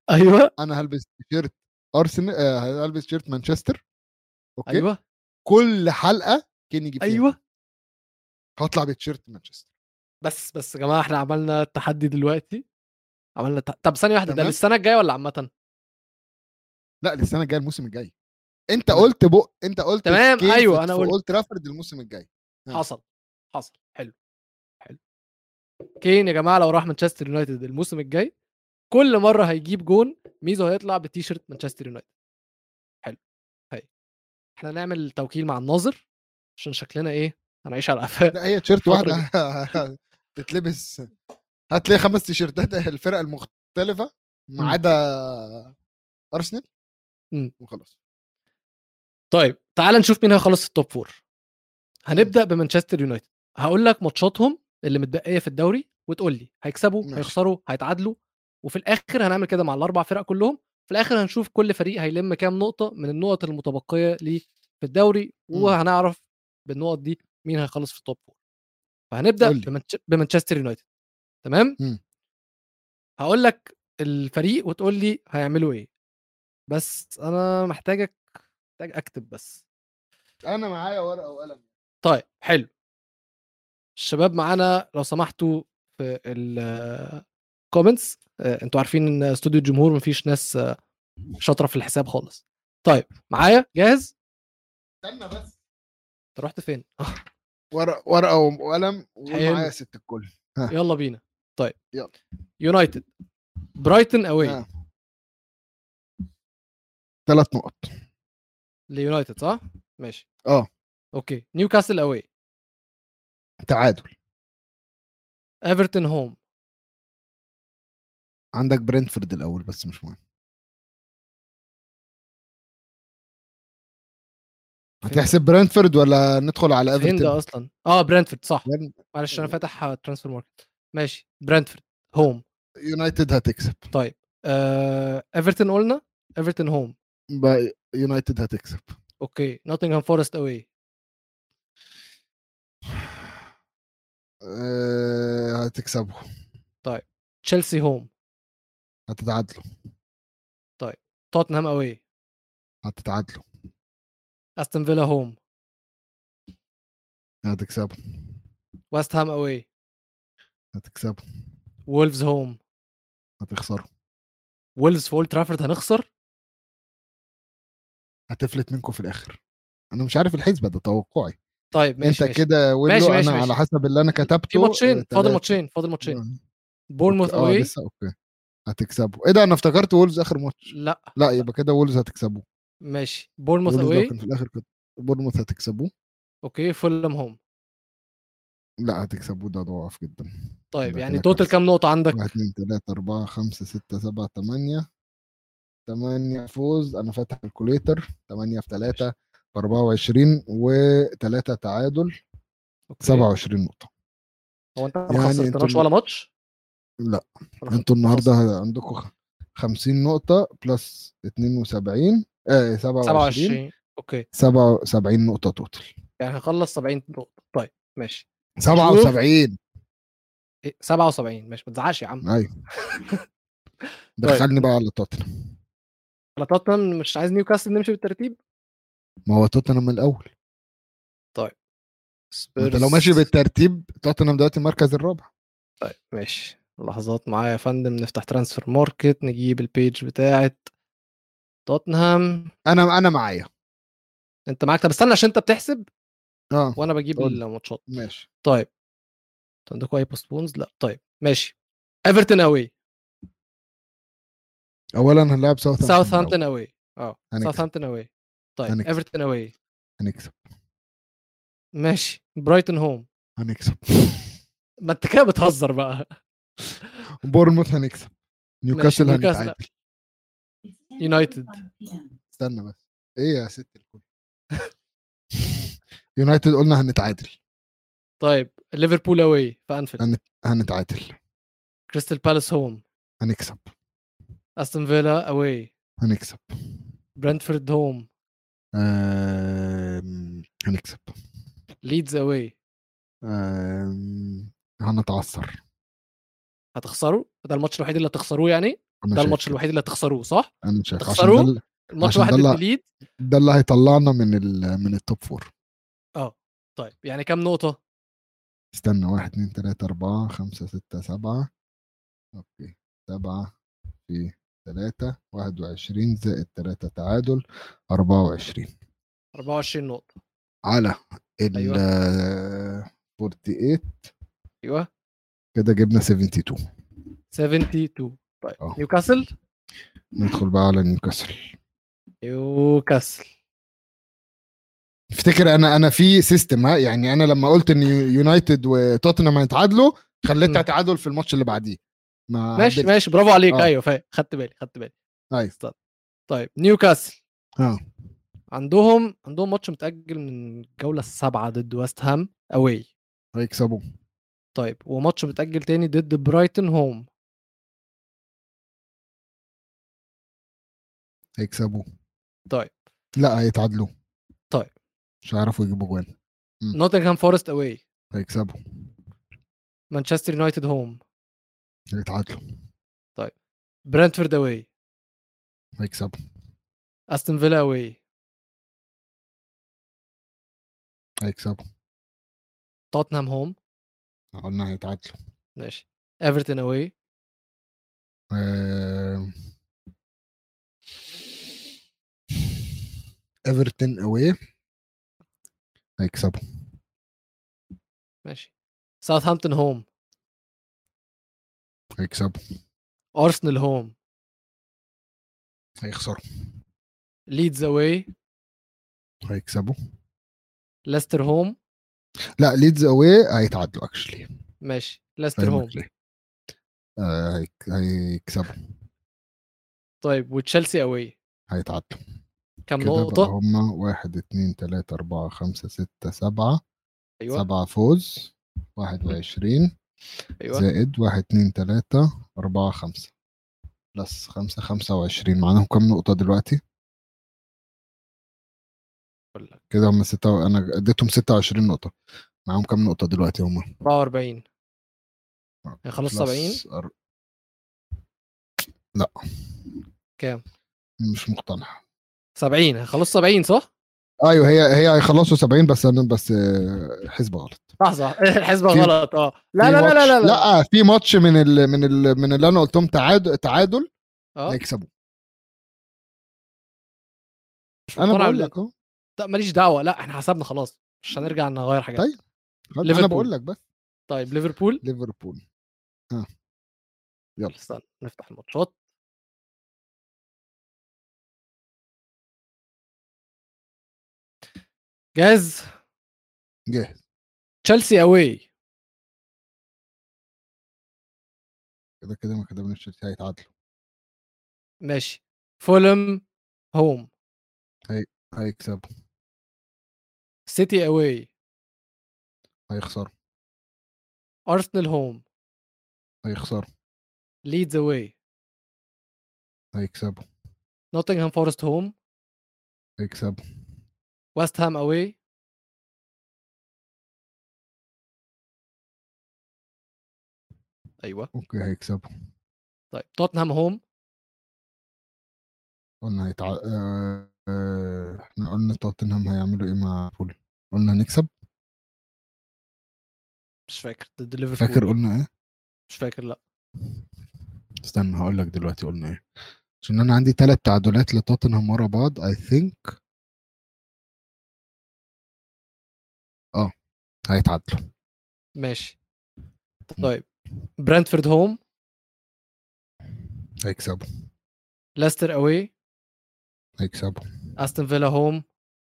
ايوه انا هلبس تيشيرت ارسنال، هلبس تيشيرت مانشستر. اوكي. ايوه كل حلقه كين يجيب فيها ايوه. جول هطلع بتيشيرت مانشستر. بس يا جماعه احنا عملنا التحدي دلوقتي، طب ثانيه واحده، ده تمام. للسنه الجايه ولا عامه؟ لا للسنه الجايه، الموسم الجاي. تمام انت قلت في تمام كين ايوه انا في قلت. اولد ترافورد الموسم الجاي. ها. حصل حصل. حلو حلو. كين يا جماعه لو راح مانشستر يونايتد الموسم الجاي، كل مره هيجيب جون ميزو هيطلع بتيشيرت مانشستر يونايتد. حلو. هاي احنا نعمل توكيل مع الناظر عشان شكلنا ايه، هنعيش على قفاه لا هي تيشيرت الفتره واحده دي. تتلبس. هتلاقي 5 تيشيرتات الفرق المختلفه ما مم. عدا ارسنال مم. وخلاص. طيب تعال نشوف مين هيخلص التوب فور. مم. هنبدا بمانشستر يونايتد. هقول لك ماتشاتهم اللي متبقيه في الدوري وتقول لي هيكسبوا ماشي. هيخسروا هيتعادلوا، وفي الاخر هنعمل كده مع الاربع فرق كلهم. في الاخر هنشوف كل فريق هيلم كام نقطه من النقط المتبقيه ليه في الدوري، مم. وهنعرف بالنقط دي مين هيخلص في التوب فور. فهنبدا قول لي. بمانشستر يونايتد. تمام. مم. هقول لك الفريق وتقول لي هيعملوا ايه، بس انا محتاج اكتب بس. انا معايا ورقه وقلم. طيب حلو. الشباب معانا لو سمحتوا في الكومنتس، انتوا عارفين ان استوديو الجمهور مفيش ناس شاطره في الحساب خالص. طيب معايا جاهز؟ استنى بس. انت رحت فين؟ ورقه وقلم وقول معايا حلو يا ست الكل. ها. يلا بينا. طيب يلا. يونايتد برايتون اواي. ها. 3 نقط. ليونايتد صح؟ ماشي. اه. اوكي نيوكاسل اواي. تعادل. ايفرتون هوم. عندك برينتفورد الاول بس مش مهم. فين ده؟ هتحسب برينتفورد ولا ندخل على فين ايفرتون؟ ده اصلا؟ اه برنتفورد صح. برين- معلش انا فاتح ترانسفير ماركت. ماشي برنتفورد هوم. يونايتد هتكسب. طيب ايفرتون قلنا. ايفرتون هوم. يونايتد هتكسب. اوكي نوتنغهام فورست اواي. هتكسبوا. طيب تشيلسي هوم. هتتعادلوا. طيب توتنهام اواي. هتتعادلوا. استون فيلا هوم. هتكسبوا. ويست هام اواي. هتكسبوا. وولفز هوم. هتخسروا. وولفز في اولد ترافورد هنخسر. هتفلت منكم في الاخر. انا مش عارف الحسبه، ده توقعي. طيب انت ماشي ماشي كده ماشي ولو ماشي انا على ماشي. حسب اللي انا في كتبته. ماتشين فاضل، 3. ماتشين. اوكي. بورنموث اه اواي. لسه اوكي. هتكسبوا. ايه ده، انا افتكرت وولز اخر ماتش. لا لا لا يبقى كده وولز هتكسبوه. ماشي بورنموث وولز لو اواي. كان في الاخر كده بورنموث هتكسبوه. اوكي فولم هوم. لا هتكسبوه، ده ضعف جدا. طيب ده يعني كده توتال كارثه. كام نقطة 1 عندك؟ 2 3 4 5 6 7 8. 8 فوز، انا فاتح الكوليتر. 8 في ماشي 3 ب 24 و3 تعادل. اوكي. 27 نقطة. هو انت ما يعني انتوا خسرتناش ولا ماتش؟ لا انتوا ولا النهارده خسر؟ عندكم 50 نقطة بلس 72 27. 27 اوكي. 77 نقطة توتال. يعني هنخلص 70 نقطة. طيب ماشي. نشوف 77. 77 ماشي ما تزعلش يا عم. ايوه. طيب دخلني بقى على توتنهام. على توتنهام مش عايز نيوكاسل نمشي بالترتيب؟ ما هو توتنهام من الاول. طيب ما انت لو ماشي سبيرز. بالترتيب توتنهام دلوقتي المركز الرابع. طيب ماشي لحظات معايا يا فندم، نفتح ترانسفير ماركت نجيب البيج بتاعت توتنهام. انا معايا. انت معاك؟ طب استنى عشان انت بتحسب اه. وانا بجيب قول لي. الماتشات. ماشي. طيب انتوا عندكم اي بوستبونز؟ لا طيب ماشي. ايفرتون اواي. اولا هنلعب ساوثهامبتون الاول. ساوثهامبتون اواي. اه هنكسب. ساوثهامبتون اواي. طيب هنكسب. ايفرتون اواي. هنكسب. ماشي برايتون هوم. هنكسب. ما انت كده بتهزر بقى. بورنموث هنكسب. ماشي نيوكاسل نيوكاسل. هنتعادل. يونايتد. استنى بس. ايه يا ست الكل. يونايتد قلنا هنتعادل. طيب ليفربول اواي في انفيلد. هنتعادل. كريستال بالاس هوم. هنكسب. استون فيلا اواي. هنكسب. برنتفورد هوم. هنكسب. ليدز اواي. هنتعثر. هتخسروا؟ ده الماتش الوحيد اللي هتخسروه يعني؟ أنا ده شايف الماتش كده. الوحيد اللي هتخسروه صح؟ انا شايف عشان تخسروه الماتش عشان واحد ضد ليد. ده اللي هيطلعنا من التوب فور. طيب يعني كام نقطه؟ استنى 1 2 3 4 5 6 7. اوكي 7 في 3 21 زائد 3 تعادل 24 24 نقطه. على ال ايوه 48. ايوه كده جبنا 72. 72. طيب اه نيوكاسل. ندخل بقى على نيوكاسل. نيوكاسل افتكر انا في سيستم، ها يعني انا لما قلت ان يونايتد وتوتنهام هيتعادلوا خليتها تعادل في الماتش اللي بعديه، ما ماشي عدلتش. ماشي برافو عليك. اه ايوه فاهم، خدت بالي. ايوه استنى. طيب نيوكاسل اه عندهم ماتش متأجل من الجولة السابعة ضد ويست هام أواي. هيكسبوا. طيب وماتش متأجل تاني ضد برايتون هوم. هيكسبوا. طيب لا هيتعادلوا. طيب مش هيعرفوا يجيبوا جوان. نوتنغهام فورست أواي. هيكسبوا. مانشستر يونايتد هوم. هيتعادلوا. طيب برنتفورد أواي. هيكسبوا. أستون فيلا أواي. هيكسبوا. توتنهام هوم. قلنا هيتعادلوا. ماشي. ايفرتون أواي. آه، ايفرتون اواي. هيكسبوا. ماشي. ساوثهامبتون هوم. هيكسبوا. أرسنال هوم. هيخسروا. ليدز أواي. هيكسبوا. ليستر هوم. لا ليدز اواي هيتعادلوا اكشلي. ماشي ليستر هوم. فاهمك ليه. هيكسبوا. طيب وتشيلسي أواي. هيتعادلوا. كام كده بقى نقطة؟ هما 1 2 3 4 5 6 7. أيوه 7 فوز 21 أيوه زائد 1 2 3 4 5 بلس 5 25. معناهم كام نقطة دلوقتي؟ أقول لك كده هم 6. أنا اديتهم 26 نقطة. معاهم كام نقطة دلوقتي هم؟ 44. خلاص 70. بلس لا كام؟ مش مقتنع. 70 خلاص 70 صح؟ ايوه هي هيخلصوا 70 بس انا بس حسبة غلط. لحظة الحسبة في غلط. لا في لا لا لا ماتش، لا لا. لا في ماتش من اللي انا قلتهم تعادل اه هيكسبوا. مش انا مقتنع بقول لك اهو. لا ماليش دعوة. لا احنا حسبنا خلاص، مش هنرجع نغير حاجات. طيب انا بقول ليفربول. لك بس. طيب ليفربول. ليفربول. ها يلا استنى نفتح الماتشات. جاهز. جاهز. تشيلسي اواي. كده ما كتبناش تشيلسي هيتعادلوا. ماشي. فولم هوم. هي... هيكسبوا. سيتي اواي. هيخسروا. ارسنال هوم. هيخسروا. ليدز اواي. هيكسبوا. نوتنغهام فورست هوم. هيكسبوا. ويست هام اواي. ايوه. اوكي هيكسبوا. طيب توتنهام هوم. قلنا احنا قلنا توتنهام هيعملوا ايه مع فول؟ قلنا هنكسب. مش فاكر ضد فاكر ليفربول. قلنا ايه؟ مش فاكر لا. استنى هقول لك دلوقتي قلنا ايه، عشان انا عندي 3 تعادلات لتوتنهام ورا بعض اي ثينك. اه هيتعادلوا. ماشي. طيب برنتفورد هوم. هيكسبوا. ليستر اواي. هيكسبوا. استون فيلا هوم.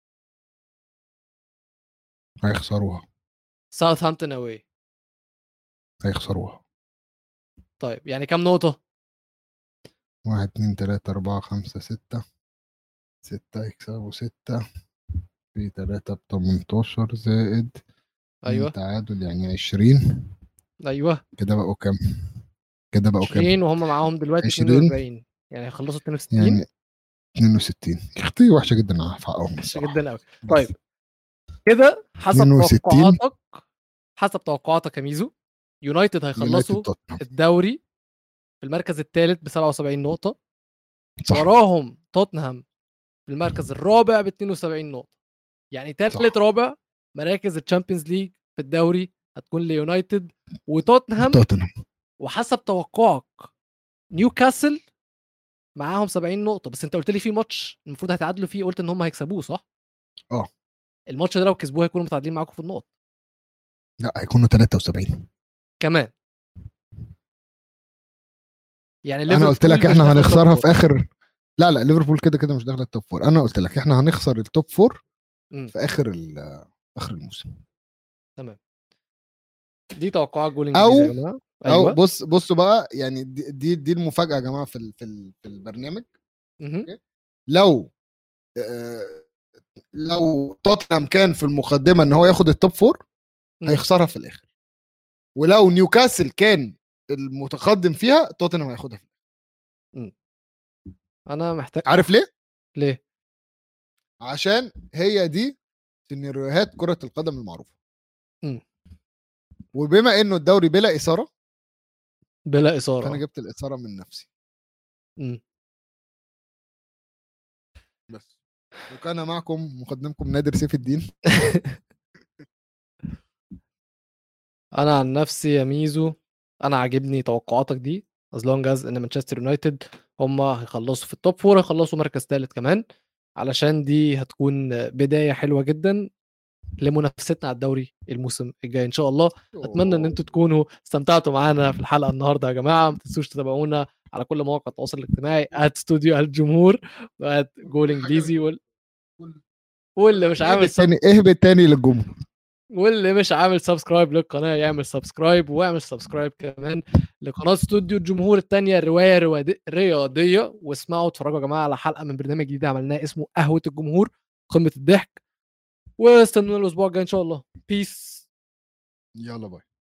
هيخسروها. ساوثهامبتون اواي. هيخسروها. طيب يعني كام نقطة؟ 1 2 3 4 5 6. 6 يكسبوا 6 في 3 ب18 زائد 2 ايوه تعادل يعني 20. ايوه كده بقوا كام؟ كده بقوا كام؟ 20 وهم معاهم دلوقتي 20 42 يعني هيخلصوا 62. يعني 62. اختي وحشه جدا في حقهم وحشة الصراحه. جدا قوي. بس طيب كده 62 حسب توقعاتك يا ميزو، يونايتد يونايتد هيخلصوا توتنهام. الدوري في المركز الثالث ب77 نقطه، صح وراهم توتنهام في المركز الرابع ب72 نقطه. يعني ثالث رابع مراكز الشامبيونز ليج في الدوري هتكون ليونايتد وتوتنهام. وحسب توقعك نيوكاسل معاهم 70 نقطه، بس انت قلت لي في ماتش المفروض هيتعادلوا فيه، قلت ان هم هيكسبوه صح؟ الماتش ده لو كسبوه هيكونوا متعادلين معاكم في النقط. لا هيكونوا 73 كمان. يعني انا قلت لك مش احنا داخل هنخسرها التوب في اخر. لا ليفربول كده كده مش داخله التوب فور. انا قلت لك احنا هنخسر التوب فور في اخر الموسم. تمام. دي توقعات جول او انجليزي يا جماعه. او ايوه. بصوا بقى، يعني دي المفاجاه يا جماعه في البرنامج. لو لو توتنهام كان في المقدمه ان هو ياخد التوب فور هيخسرها في الاخر، ولو نيوكاسل كان المتقدم فيها توتنهام هياخدها في الاخر. انا محتاج. عارف ليه؟ عشان هي دي سيناريوهات كره القدم المعروفه. وبما انه الدوري بلا اثاره فانا جبت الاثاره من نفسي. بس. وكان معكم مقدمكم نادر سيف الدين. انا عن نفسي يا ميزو، انا عاجبني توقعاتك دي as long as ان مانشستر يونايتد هم هيخلصوا في التوب فور، هيخلصوا مركز ثالث كمان، علشان دي هتكون بدايه حلوه جدا لمنافستنا على الدوري الموسم الجاي ان شاء الله. اتمنى ان انتم تكونوا استمتعتوا معانا في الحلقه النهارده يا جماعه. ما تنسوش تتابعونا على كل مواقع التواصل الاجتماعي @استوديو الجمهور @جول انجليزي واللي مش عامل اهبط تاني للجمهور. واللي مش عامل سبسكرايب للقناه يعمل سبسكرايب، واعمل سبسكرايب كمان لقناه استوديو الجمهور الثانيه، روايه رياضيه. واسمعوا اتفرجوا يا جماعه على حلقه من برنامج جديد عملناه اسمه قهوه الجمهور، قمه الضحك. واستنونا الاسبوع الجاي ان شاء الله. بيس. يلا باي.